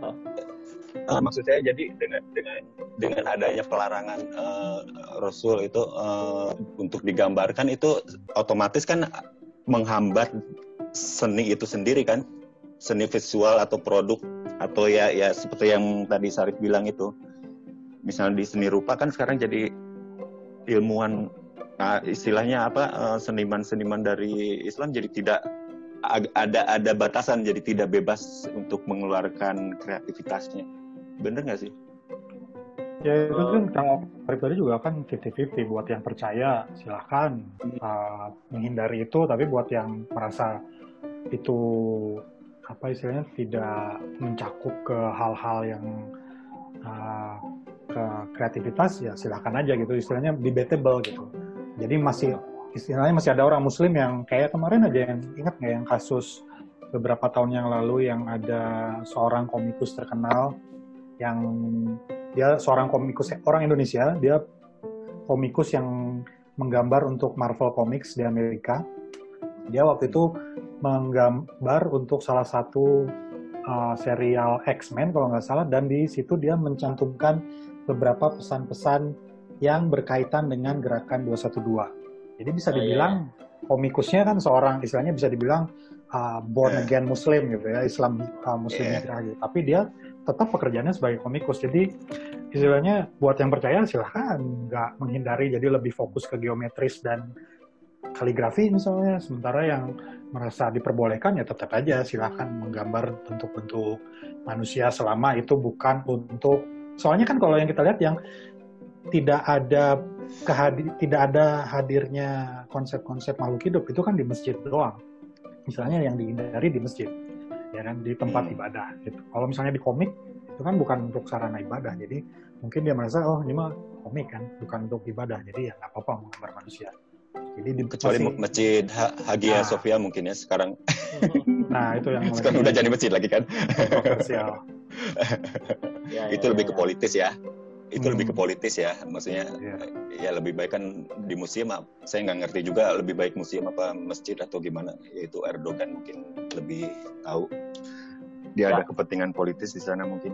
Uh, maksud saya jadi dengan dengan dengan adanya pelarangan uh, Rasul itu uh, untuk digambarkan itu otomatis kan menghambat seni itu sendiri kan, seni visual atau produk atau ya ya seperti yang tadi Sarif bilang itu, misalnya di seni rupa kan sekarang jadi ilmuwan, nah, istilahnya apa uh, seniman-seniman dari Islam jadi tidak ada ada batasan, jadi tidak bebas untuk mengeluarkan kreativitasnya, bener nggak sih? Ya itu kan kalau pribadi juga kan fifty fifty, buat yang percaya silahkan uh, menghindari itu, tapi buat yang merasa itu apa istilahnya tidak mencakup ke hal-hal yang uh, ke kreativitas ya silahkan aja gitu, istilahnya debatable gitu. Jadi masih istilahnya masih ada orang muslim yang kayak kemarin aja, yang ingat nggak yang kasus beberapa tahun yang lalu yang ada seorang komikus terkenal yang dia seorang komikus orang Indonesia, dia komikus yang menggambar untuk Marvel Comics di Amerika. Dia waktu itu menggambar untuk salah satu uh, serial X-Men kalau nggak salah, dan di situ dia mencantumkan beberapa pesan-pesan yang berkaitan dengan gerakan dua satu dua. Jadi bisa dibilang komikusnya kan seorang istilahnya bisa dibilang uh, born again Muslim gitu ya, Islam uh, Muslim hijrah gitu. Tapi dia tetap pekerjaannya sebagai komikus. Jadi istilahnya buat yang percaya silahkan nggak menghindari, jadi lebih fokus ke geometris dan kaligrafi misalnya, sementara yang merasa diperbolehkan ya tetap aja silahkan menggambar bentuk-bentuk manusia selama itu bukan untuk, soalnya kan kalau yang kita lihat yang tidak ada kehadir, tidak ada hadirnya konsep-konsep makhluk hidup itu kan di masjid doang, misalnya yang dihindari di masjid ya kan, di tempat hmm. ibadah gitu. Kalau misalnya di komik itu kan bukan untuk sarana ibadah, jadi mungkin dia merasa oh ini mah komik kan, bukan untuk ibadah, jadi ya nggak apa-apa menggambar manusia. Jadi di kecuali masih, masjid Hagia nah, Sophia mungkin ya sekarang. Nah itu yang sekarang udah jadi masjid lagi kan. Kontroversial. ya, itu ya, lebih ya, ke politis ya. Itu hmm. lebih ke politis ya, maksudnya ya. ya lebih baik kan di museum. Saya nggak ngerti juga lebih baik museum apa masjid atau gimana. Yaitu Erdogan mungkin lebih tahu. Dia ya. Ada kepentingan politis di sana mungkin.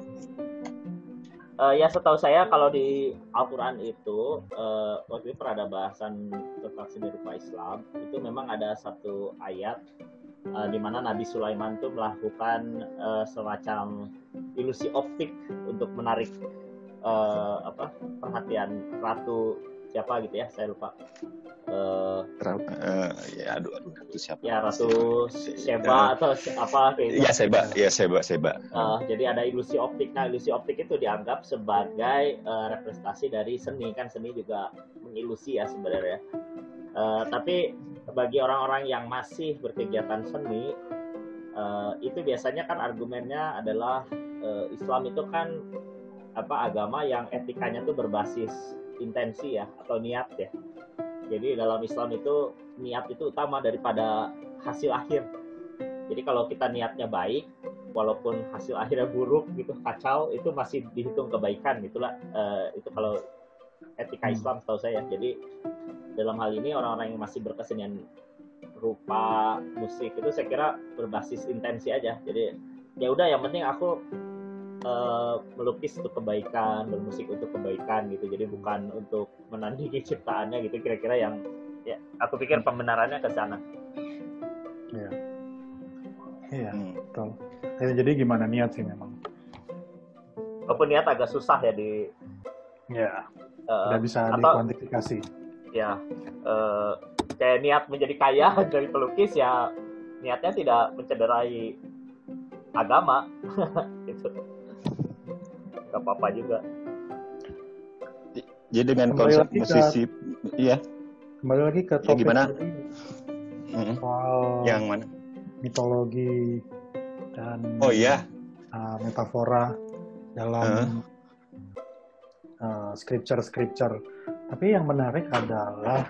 Uh, ya setahu saya kalau di Al-Quran itu uh, waktu itu pernah ada bahasan tentang seni rupa Islam, itu memang ada satu ayat uh, di mana Nabi Sulaiman itu melakukan uh, semacam ilusi optik untuk menarik uh, apa perhatian ratu siapa gitu ya, saya lupa. Uh, uh, ya aduh aduh itu siapa? Ya Ratu Sheba uh, atau apa kayak gitu. Ya Sheba, ya Sheba, Sheba. Uh, jadi ada ilusi optik. Nah, ilusi optik itu dianggap sebagai uh, representasi dari seni, kan seni juga mengilusi ya sebenarnya. Uh, tapi bagi orang-orang yang masih berkegiatan seni, uh, itu biasanya kan argumennya adalah uh, Islam itu kan apa agama yang etikanya tuh berbasis intensi ya atau niat ya. Jadi dalam Islam itu niat itu utama daripada hasil akhir. Jadi kalau kita niatnya baik, walaupun hasil akhirnya buruk gitu, kacau, itu masih dihitung kebaikan gitulah. Uh, itu kalau etika Islam setahu saya. Jadi dalam hal ini orang-orang yang masih berkesenian rupa, musik itu saya kira berbasis intensi aja. Jadi ya udah yang penting aku Uh, melukis untuk kebaikan, bermusik untuk kebaikan gitu. Jadi bukan untuk menandingi ciptaannya gitu. Kira-kira yang ya aku pikir pembenarannya ke sana. Iya. Iya, betul. Jadi gimana niat sih memang. Walaupun niat agak susah ya di ya. Uh, tidak bisa atau, dikuantifikasi. Ya. Uh, kayak niat menjadi kaya dari pelukis ya niatnya tidak mencederai agama gitu. Gak apa-apa juga. Jadi dengan konsep musisi, iya. Kembali lagi ke topik ya, gimana? Tadi, mm-hmm. soal yang mana? Mitologi dan oh iya, uh, metafora dalam uh. Uh, scripture-scripture. Tapi yang menarik adalah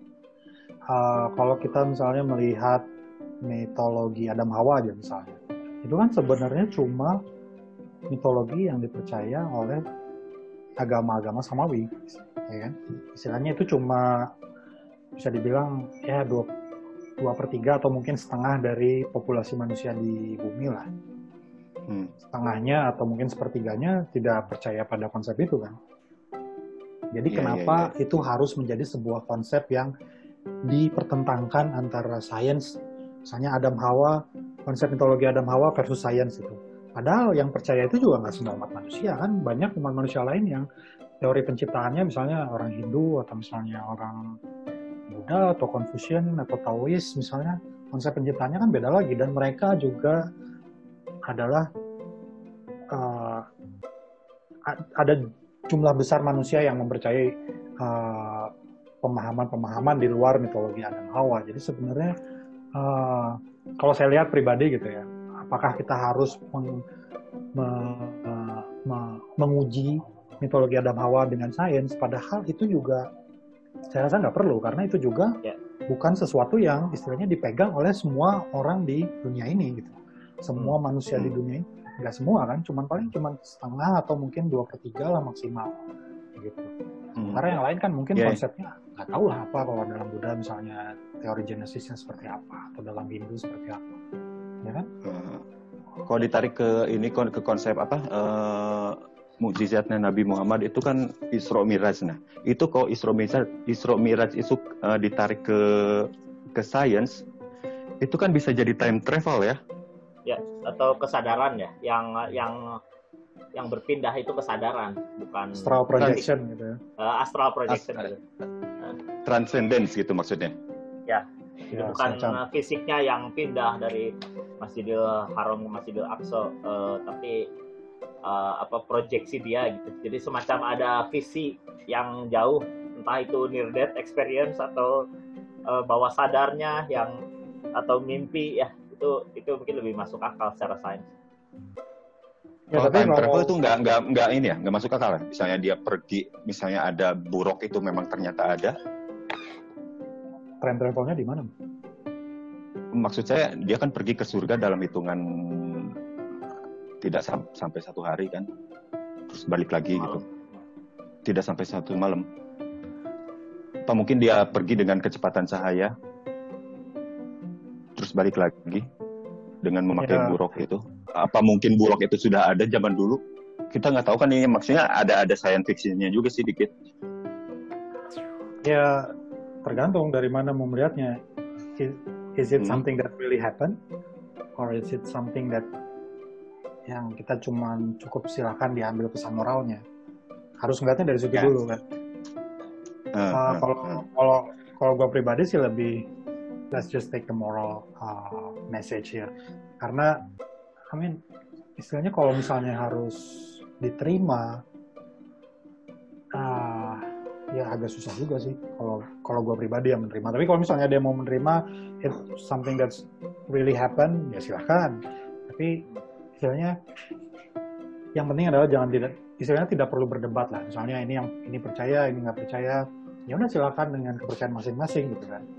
uh, kalau kita misalnya melihat mitologi Adam Hawa aja misalnya, itu kan sebenarnya cuma mitologi yang dipercaya oleh agama-agama Samawi, ya kan? Istilahnya itu cuma bisa dibilang ya dua, dua per tiga atau mungkin setengah dari populasi manusia di bumi lah. Hmm. Setengahnya atau mungkin sepertiganya tidak percaya pada konsep itu kan. Jadi yeah, kenapa yeah, yeah. itu harus menjadi sebuah konsep yang dipertentangkan antara sains, misalnya Adam Hawa, konsep mitologi Adam Hawa versus sains itu. Padahal yang percaya itu juga nggak semua umat manusia kan, banyak umat manusia lain yang teori penciptaannya misalnya orang Hindu atau misalnya orang Buddha atau Confucian atau Taois misalnya, konsep penciptaannya kan beda lagi, dan mereka juga adalah uh, ada jumlah besar manusia yang mempercayai uh, pemahaman-pemahaman di luar mitologi Adam Hawa. Jadi sebenarnya uh, kalau saya lihat pribadi gitu ya, apakah kita harus meng, me, me, menguji mitologi Adam Hawa dengan sains? Padahal itu juga saya rasa nggak perlu, karena itu juga yeah. bukan sesuatu yang istilahnya dipegang oleh semua orang di dunia ini gitu. Semua hmm. manusia hmm. di dunia ini, nggak semua kan, cuman paling cuman setengah atau mungkin dua per tiga lah maksimal gitu. Hmm. Karena yang lain kan mungkin yeah. konsepnya nggak tahu lah apa, kalau dalam Buddha misalnya teori Genesisnya seperti apa, atau dalam Hindu seperti apa. Ya kan? Uh, kalau ditarik ke ini ke konsep apa uh, mukjizatnya Nabi Muhammad itu kan Isra Miraj. Nah, itu kalau Isra Miraj Isra Miraj itu uh, ditarik ke ke sains, itu kan bisa jadi time travel ya? Ya, atau kesadaran ya, yang yang yang berpindah itu kesadaran, bukan astral projection gitu ya. Uh, astral projection Ast- gitu. Uh, Transcendence gitu maksudnya. Ya. Ya, bukan semacam. Fisiknya yang pindah dari Masjidil Haram ke Masjidil Aqsa, uh, tapi uh, apa proyeksi dia gitu. Jadi semacam ada visi yang jauh, entah itu near death experience atau uh, bawah sadarnya yang atau mimpi ya, itu itu mungkin lebih masuk akal secara sains. Ya, kalau time travel itu nggak nggak nggak ini ya, nggak masuk akal. Misalnya dia pergi, misalnya ada buruk itu memang ternyata ada. Time travelnya di mana? Maksud saya dia kan pergi ke surga dalam hitungan tidak sam- sampai satu hari kan, terus balik lagi malam. Gitu, tidak sampai satu malam. Atau mungkin dia pergi dengan kecepatan cahaya, terus balik lagi dengan memakai ya. buruk itu. Apa mungkin buruk itu sudah ada zaman dulu? Kita nggak tahu kan, ini maksudnya ada ada science fiction-nya juga sih dikit. Ya. Tergantung dari mana mau melihatnya. Is, is it hmm. something that really happen, or is it something that yang kita cuma cukup silakan diambil pesan moralnya? harus ngeliatnya dari situ Ya. dulu kan. Uh, Uh, uh, kalau uh. kalau kalau gue pribadi sih lebih let's just take the moral uh, message ya, karena I mean istilahnya kalau misalnya harus diterima, uh, ya agak susah juga sih kalau kalau gue pribadi yang menerima. Tapi kalau misalnya dia mau menerima it's something that's really happen, ya silahkan. Tapi istilahnya yang penting adalah jangan tidak istilahnya tidak perlu berdebat lah. Misalnya ini yang ini percaya, ini nggak percaya, ya udah silakan dengan kepercayaan masing-masing gitu kan.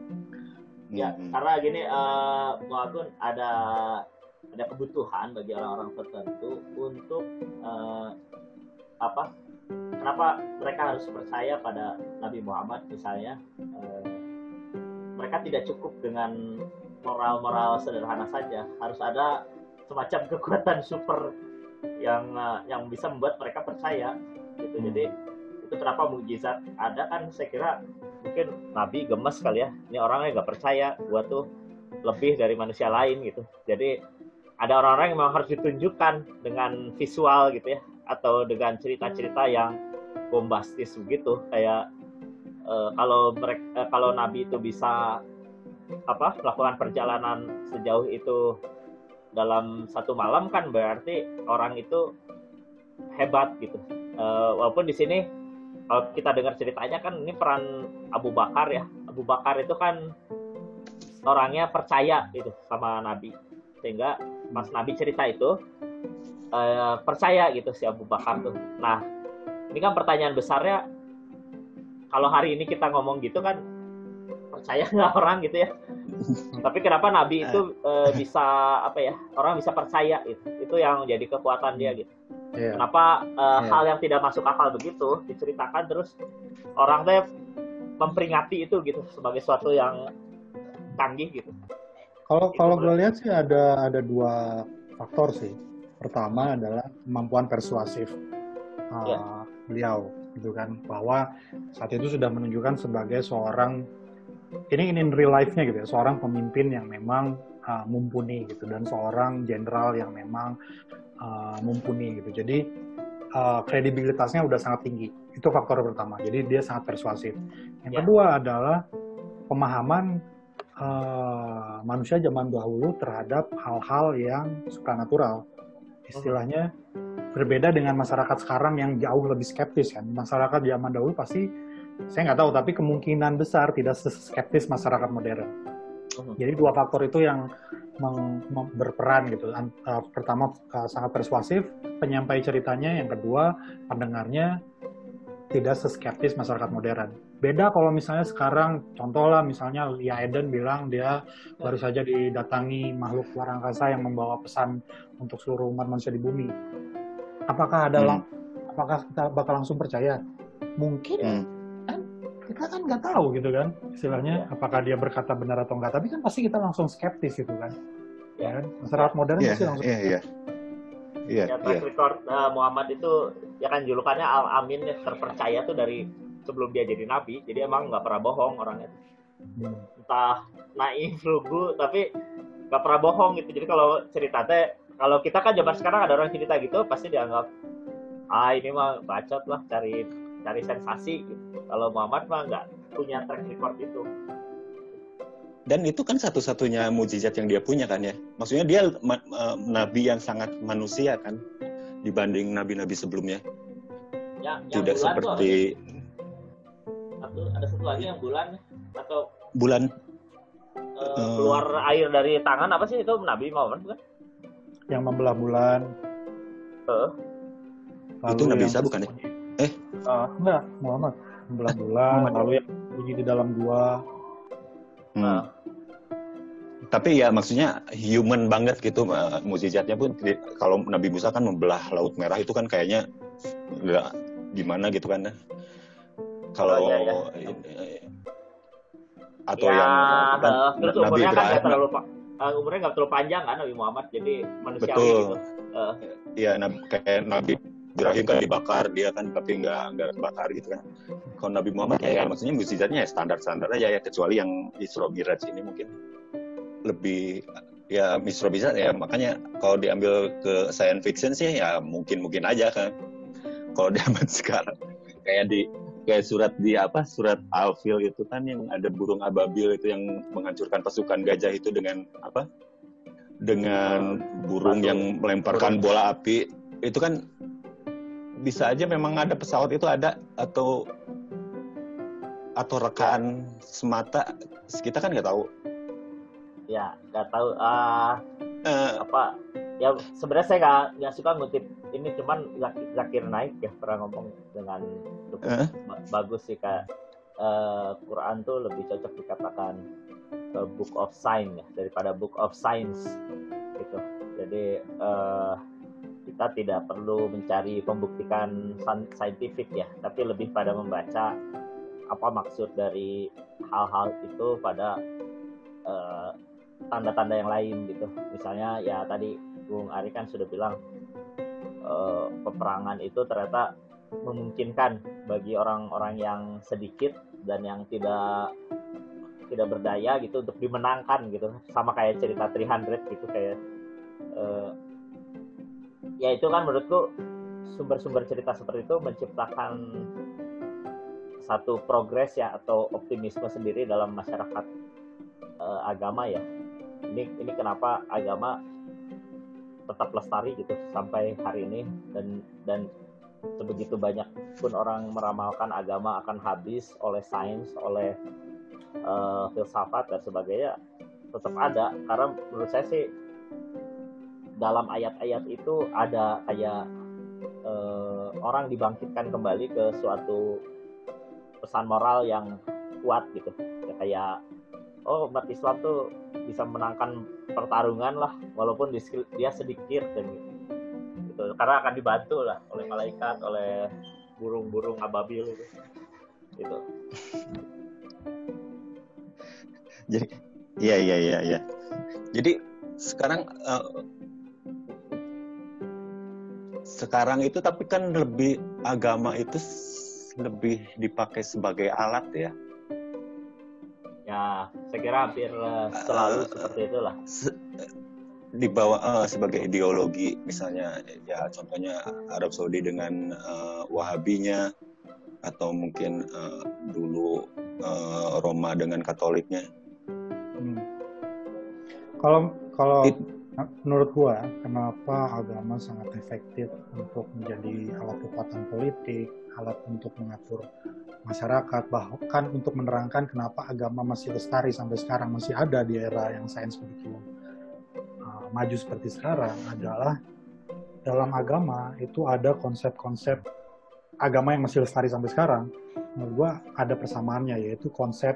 Ya, Hmm. karena gini, uh, walaupun ada ada kebutuhan bagi orang-orang tertentu untuk uh, apa? Kenapa mereka harus percaya pada Nabi Muhammad misalnya? Uh, mereka tidak cukup dengan moral-moral sederhana saja, harus ada semacam kekuatan super yang uh, yang bisa membuat mereka percaya gitu. Jadi itu kenapa mukjizat ada kan, saya kira mungkin Nabi gemes kali ya, ini orangnya nggak percaya gua tuh lebih dari manusia lain gitu. Jadi ada orang-orang yang memang harus ditunjukkan dengan visual gitu ya, atau dengan cerita-cerita yang bombastis begitu, kayak uh, kalau mereka uh, kalau Nabi itu bisa apa melakukan perjalanan sejauh itu dalam satu malam kan berarti orang itu hebat gitu. Uh, walaupun di sini kalau kita dengar ceritanya kan ini peran Abu Bakar ya. Abu Bakar itu kan orangnya percaya itu sama Nabi, sehingga pas Nabi cerita itu uh, percaya gitu si Abu Bakar tuh. Nah ini kan pertanyaan besarnya, kalau hari ini kita ngomong gitu kan percaya nggak orang gitu ya. Tapi kenapa Nabi itu uh, bisa apa ya, orang bisa percaya itu, itu yang jadi kekuatan dia gitu. Yeah. Kenapa uh, yeah. hal yang tidak masuk akal begitu diceritakan terus orang teh memperingati itu gitu sebagai suatu yang canggih gitu. Kalau kalau gue lihat sih ada ada dua faktor sih. Pertama adalah kemampuan persuasif uh, yeah. beliau gitu kan, bahwa saat itu sudah menunjukkan sebagai seorang ini in real life-nya gitu ya, seorang pemimpin yang memang uh, mumpuni gitu, dan seorang jenderal yang memang uh, mumpuni gitu. Jadi uh, kredibilitasnya udah sangat tinggi. Itu faktor pertama. Jadi dia sangat persuasif. Yang yeah. kedua adalah pemahaman uh, manusia zaman dahulu terhadap hal-hal yang supranatural. Istilahnya berbeda dengan masyarakat sekarang yang jauh lebih skeptis kan. Masyarakat zaman dahulu pasti, saya nggak tahu, tapi kemungkinan besar tidak skeptis masyarakat modern. Uh-huh. Jadi dua faktor itu yang meng, meng, berperan gitu. Uh, pertama uh, sangat persuasif penyampai ceritanya, yang kedua pendengarnya tidak seskeptis masyarakat modern. Beda kalau misalnya sekarang, contoh lah misalnya Lia Eden bilang dia baru saja didatangi makhluk luar angkasa yang membawa pesan untuk seluruh umat manusia di bumi. Apakah ada, hmm. apakah kita bakal langsung percaya? Mungkin. Hmm. Kita kan nggak tahu gitu kan istilahnya, apakah dia berkata benar atau enggak, tapi kan pasti kita langsung skeptis gitu kan, ya kan masyarakat modern yeah, pasti langsung iya iya iya ya. Track record uh, Muhammad itu ya kan julukannya Al Amin, terpercaya tuh dari sebelum dia jadi nabi, jadi emang nggak pernah bohong orangnya, hmm. entah naif lugu tapi nggak pernah bohong gitu. Jadi kalau ceritanya, kalau kita kan zaman sekarang ada orang cerita gitu pasti dianggap ah ini mah bacot lah, cari cari sensasi gitu. Kalau Muhammad mah nggak punya track record itu. Dan itu kan satu-satunya mukjizat yang dia punya kan ya. Maksudnya dia ma- uh, nabi yang sangat manusia kan dibanding nabi-nabi sebelumnya. Ya, tidak seperti satu, ada satu lagi yang bulan atau bulan uh, uh, keluar air dari tangan, apa sih itu Nabi Muhammad bukan? Yang membelah bulan. Uh. Itu Nabi Isa bukan ya? Eh, uh, enggak, Muhammad membelah bulan, lalu yang pergi di dalam gua. Hmm. Uh. Tapi ya maksudnya human banget gitu, uh, mukjizatnya pun. Kalau Nabi Musa kan membelah Laut Merah itu kan kayaknya nggak gimana gitu kan. Kalau oh, iya, iya. atau ya, yang kan, uh, terus Nabi umurnya kan nggak Ibrahim, terlalu uh, umurnya nggak terlalu panjang kan Nabi Muhammad, jadi manusiawi betul. Gitu. Uh. Iya, kayak Nabi Ibrahim kan dibakar, dia kan tapi nggak nggak terbakar gitu kan. Kalau Nabi Muhammad ya, ya maksudnya mukjizatnya ya standar-standar aja ya, kecuali yang Isra Miraj ini mungkin lebih ya Isra Miraj ya, makanya kalau diambil ke science fiction sih ya mungkin-mungkin aja kan. kalau di zaman sekarang. Kayak di kayak surat di apa surat Al-Fil itu kan yang ada burung ababil itu yang menghancurkan pasukan gajah itu dengan apa? Dengan burung Batu. yang melemparkan Burung. bola api. Itu kan bisa aja memang ada pesawat itu ada atau atau rekaan semata, kita kan nggak tahu. Ya, nggak tahu. Ah, Uh, apa? Ya sebenarnya saya nggak nggak suka ngutip ini, cuman Zakir, Zakir Naik ya pernah ngomong dengan cukup uh, ba- bagus sih, kayak uh, Quran tuh lebih cocok dikatakan uh, book of science ya daripada book of science gitu. Jadi uh, kita tidak perlu mencari pembuktian saintifik ya, tapi lebih pada membaca apa maksud dari hal-hal itu pada uh, tanda-tanda yang lain gitu. Misalnya ya tadi Bung Ari kan sudah bilang uh, peperangan itu ternyata memungkinkan bagi orang-orang yang sedikit dan yang tidak tidak berdaya gitu untuk dimenangkan gitu. Sama kayak cerita tiga ratus gitu, kayak uh, ya itu kan menurutku sumber-sumber cerita seperti itu menciptakan satu progres ya atau optimisme sendiri dalam masyarakat uh, agama ya. Ini ini kenapa agama tetap lestari gitu sampai hari ini, dan dan sebegitu banyak pun orang meramalkan agama akan habis oleh sains, oleh uh, filsafat dan sebagainya, tetap ada. Karena menurut saya sih dalam ayat-ayat itu ada kayak uh, orang dibangkitkan kembali ke suatu pesan moral yang kuat gitu. Ya, kayak oh umat Islam tuh bisa menangkan pertarungan lah walaupun dia sedikit dan gitu. Karena akan dibantu lah oleh malaikat, oleh burung-burung ababil gitu. Gitu. Jadi iya iya iya iya. Jadi sekarang uh, sekarang itu tapi kan lebih agama itu lebih dipakai sebagai alat ya. Ya, saya kira hampir uh, selalu uh, seperti itulah. Se- dibawa uh, sebagai ideologi, misalnya ya contohnya Arab Saudi dengan uh, Wahabinya, atau mungkin uh, dulu uh, Roma dengan Katoliknya. Hmm. Kalau kalau It, menurut gua, kenapa agama sangat efektif untuk menjadi alat kekuatan politik, alat untuk mengatur masyarakat, bahkan untuk menerangkan kenapa agama masih lestari sampai sekarang, masih ada di era yang sains begitu uh, maju seperti sekarang, adalah dalam agama itu ada konsep-konsep agama yang masih lestari sampai sekarang. Menurut gua ada persamaannya, yaitu konsep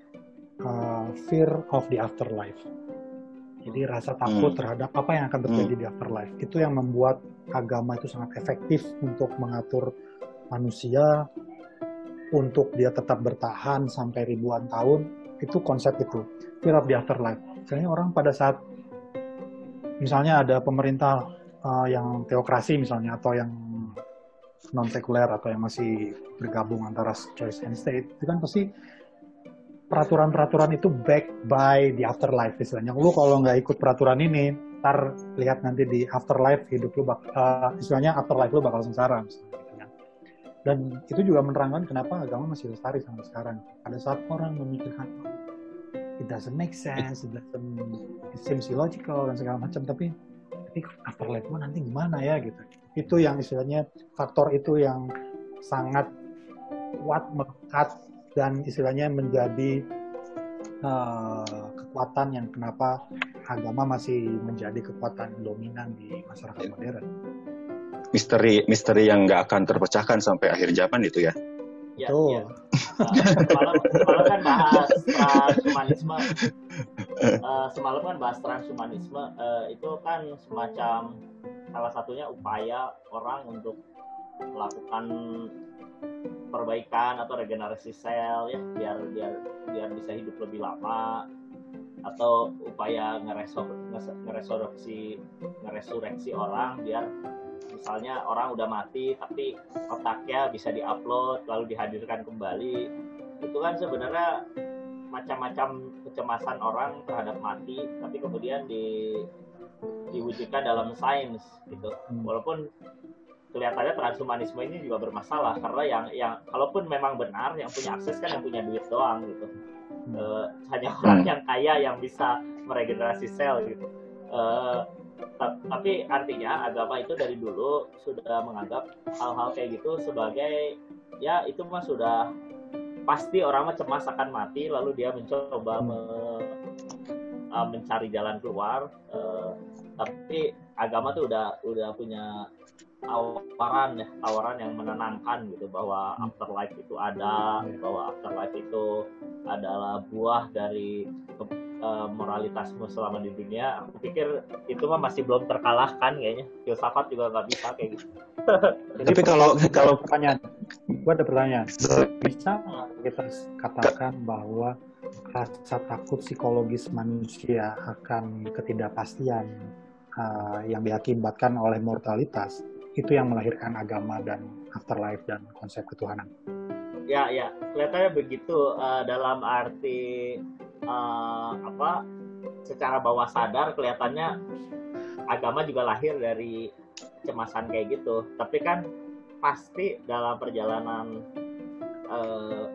uh, fear of the afterlife. Jadi rasa takut hmm. terhadap apa yang akan terjadi hmm. di afterlife. Itu yang membuat agama itu sangat efektif untuk mengatur manusia, untuk dia tetap bertahan sampai ribuan tahun. Itu konsep itu, fear of the afterlife. Misalnya orang pada saat, misalnya ada pemerintah uh, yang teokrasi misalnya, atau yang non-sekuler, atau yang masih bergabung antara church and state, itu kan pasti peraturan-peraturan itu backed by the afterlife istilahnya. Lu kalau nggak ikut peraturan ini, ntar lihat nanti di afterlife hidup lu bakal, uh, istilahnya afterlife lu bakal sengsara misalnya, gitu kan. Dan itu juga menerangkan kenapa agama masih lestari sampai sekarang. Pada saat orang memikirkan it doesn't make sense, it doesn't, it seems illogical dan segala macam, tapi tapi afterlife lu nanti gimana ya gitu. Itu yang istilahnya faktor itu yang sangat kuat melekat dan istilahnya menjadi uh, kekuatan yang kenapa agama masih menjadi kekuatan dominan di masyarakat modern. Misteri misteri yang nggak akan terpecahkan sampai akhir zaman itu ya. Ya, ya. Semalam, semalam kan bahas transhumanisme. Uh, semalam kan bahas transhumanisme. Uh, itu kan semacam salah satunya upaya orang untuk melakukan perbaikan atau regenerasi sel ya, biar biar biar bisa hidup lebih lama, atau upaya ngeresor, ngeresurreksi ngeresurreksi orang biar misalnya orang udah mati tapi otaknya bisa diupload lalu dihadirkan kembali. Itu kan sebenarnya macam-macam kecemasan orang terhadap mati, tapi kemudian di diwujudkan dalam sains gitu. Walaupun kelihatannya transhumanisme ini juga bermasalah karena yang yang kalaupun memang benar yang punya akses kan yang punya duit doang gitu. Uh, hanya orang yang kaya yang bisa meregenerasi sel gitu. Uh, t- tapi artinya agama itu dari dulu sudah menganggap hal-hal kayak gitu sebagai ya itu mah sudah pasti orang mah cemas akan mati lalu dia mencoba me- uh, mencari jalan keluar. Uh, tapi agama tuh udah udah punya tawaran ya, tawaran yang menenangkan gitu bahwa afterlife itu ada, bahwa afterlife itu adalah buah dari uh, moralitasmu selama di dunia. Aku pikir itu mah masih belum terkalahkan kayaknya. Filsafat juga nggak bisa kayak gitu. Tapi kalau kalau pertanyaan, gue ada pertanyaan. Bisa kita katakan bahwa rasa takut psikologis manusia akan ketidakpastian uh, yang diakibatkan oleh mortalitas itu yang melahirkan agama dan afterlife dan konsep ketuhanan? Ya, ya, kelihatannya begitu uh, dalam arti uh, apa? Secara bawah sadar kelihatannya agama juga lahir dari kecemasan kayak gitu. Tapi kan pasti dalam perjalanan uh,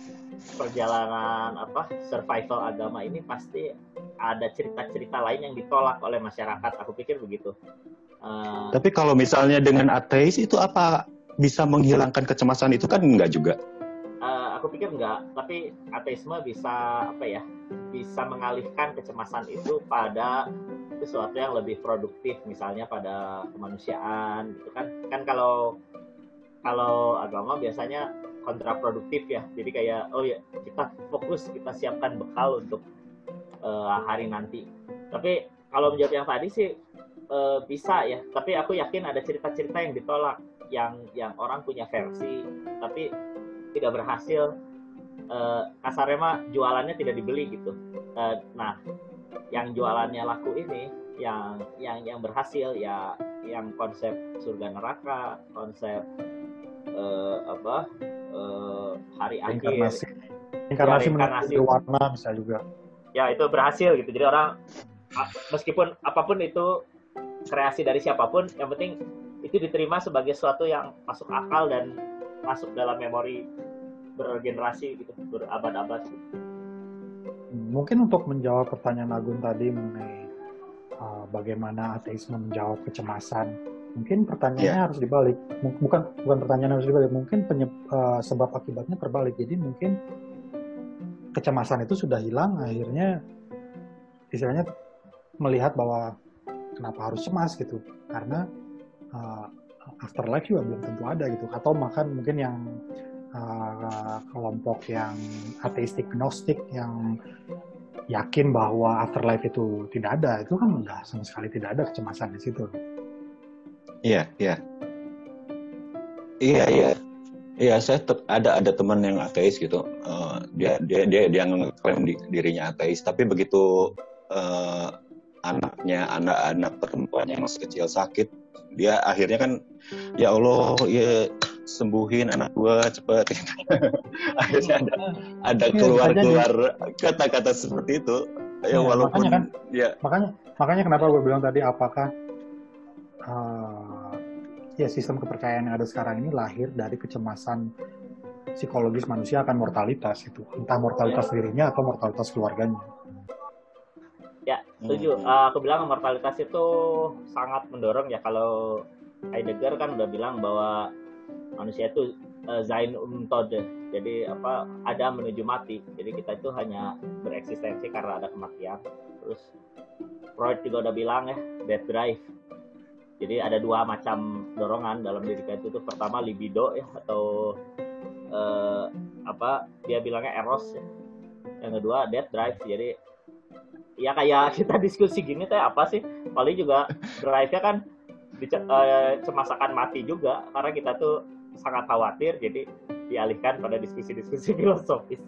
perjalanan apa survival agama ini pasti ada cerita-cerita lain yang ditolak oleh masyarakat. Aku pikir begitu. Uh, Tapi kalau misalnya dengan ateis itu apa bisa menghilangkan kecemasan itu kan enggak juga? Uh, aku pikir enggak, tapi ateisme bisa apa ya? Bisa mengalihkan kecemasan itu pada sesuatu yang lebih produktif, misalnya pada kemanusiaan, gitu kan? Kan kalau kalau agama biasanya kontraproduktif ya, jadi kayak oh ya kita fokus kita siapkan bekal untuk uh, hari nanti. Tapi kalau menjawab yang tadi sih uh, bisa ya, tapi aku yakin ada cerita-cerita yang ditolak, yang yang orang punya versi tapi tidak berhasil, uh, kasarnya mah jualannya tidak dibeli gitu. Uh, nah, yang jualannya laku ini, yang yang yang berhasil ya, yang konsep surga neraka, konsep uh, apa uh, hari Inkarnasi. akhir, Inkarnasi, ya, inkarnasi berwarna bisa juga. Ya itu berhasil gitu. Jadi orang meskipun apapun itu kreasi dari siapapun, yang penting itu diterima sebagai sesuatu yang masuk akal dan masuk dalam memori bergenerasi gitu, berabad-abad. Mungkin untuk menjawab pertanyaan Agun tadi mengenai uh, bagaimana ateisme menjawab kecemasan, mungkin pertanyaannya yeah. harus dibalik. Bukan bukan pertanyaan harus dibalik, mungkin penyeb, uh, sebab akibatnya terbalik. Jadi mungkin kecemasan itu sudah hilang, akhirnya istilahnya melihat bahwa kenapa harus cemas gitu, karena uh, afterlife juga belum tentu ada gitu. Atau makan mungkin yang uh, kelompok yang ateistik gnostik yang yakin bahwa afterlife itu tidak ada, itu kan udah sama sekali tidak ada kecemasan di situ. Iya, iya. Iya, iya. Iya, saya te- ada ada teman yang ateis gitu. Uh, dia dia dia dia ngeklaim di, dirinya ateis, tapi begitu uh, anaknya anak-anak perempuan yang masih kecil sakit, dia akhirnya kan ya Allah, ya sembuhin anak gua cepet. Akhirnya ada ada keluar-keluar kata-kata seperti itu. Ya, ya walaupun makanya kan, ya makanya makanya kenapa gue bilang tadi apakah uh, ya sistem kepercayaan yang ada sekarang ini lahir dari kecemasan psikologis manusia akan mortalitas itu, entah mortalitas dirinya atau mortalitas keluarganya. Ya, setuju. Uh, aku bilang mortalitas itu sangat mendorong ya. Kalau Heidegger kan udah bilang bahwa manusia itu uh, Sein und Tod. Jadi apa ada menuju mati. Jadi kita itu hanya bereksistensi karena ada kematian. Terus Freud juga udah bilang ya, death drive. Jadi ada dua macam dorongan dalam diri kita itu. Tuh, pertama libido ya, atau uh, apa dia bilangnya eros ya. Yang kedua death drive. Jadi ya kayak kita diskusi gini teh apa sih? Paling juga drive-nya kan dice- uh, cemas akan mati juga karena kita tuh sangat khawatir, jadi dialihkan pada diskusi-diskusi filosofis.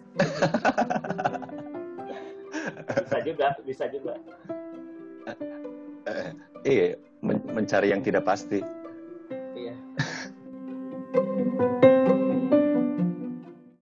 Bisa juga, bisa juga. Uh, iya, men- mencari yang tidak pasti.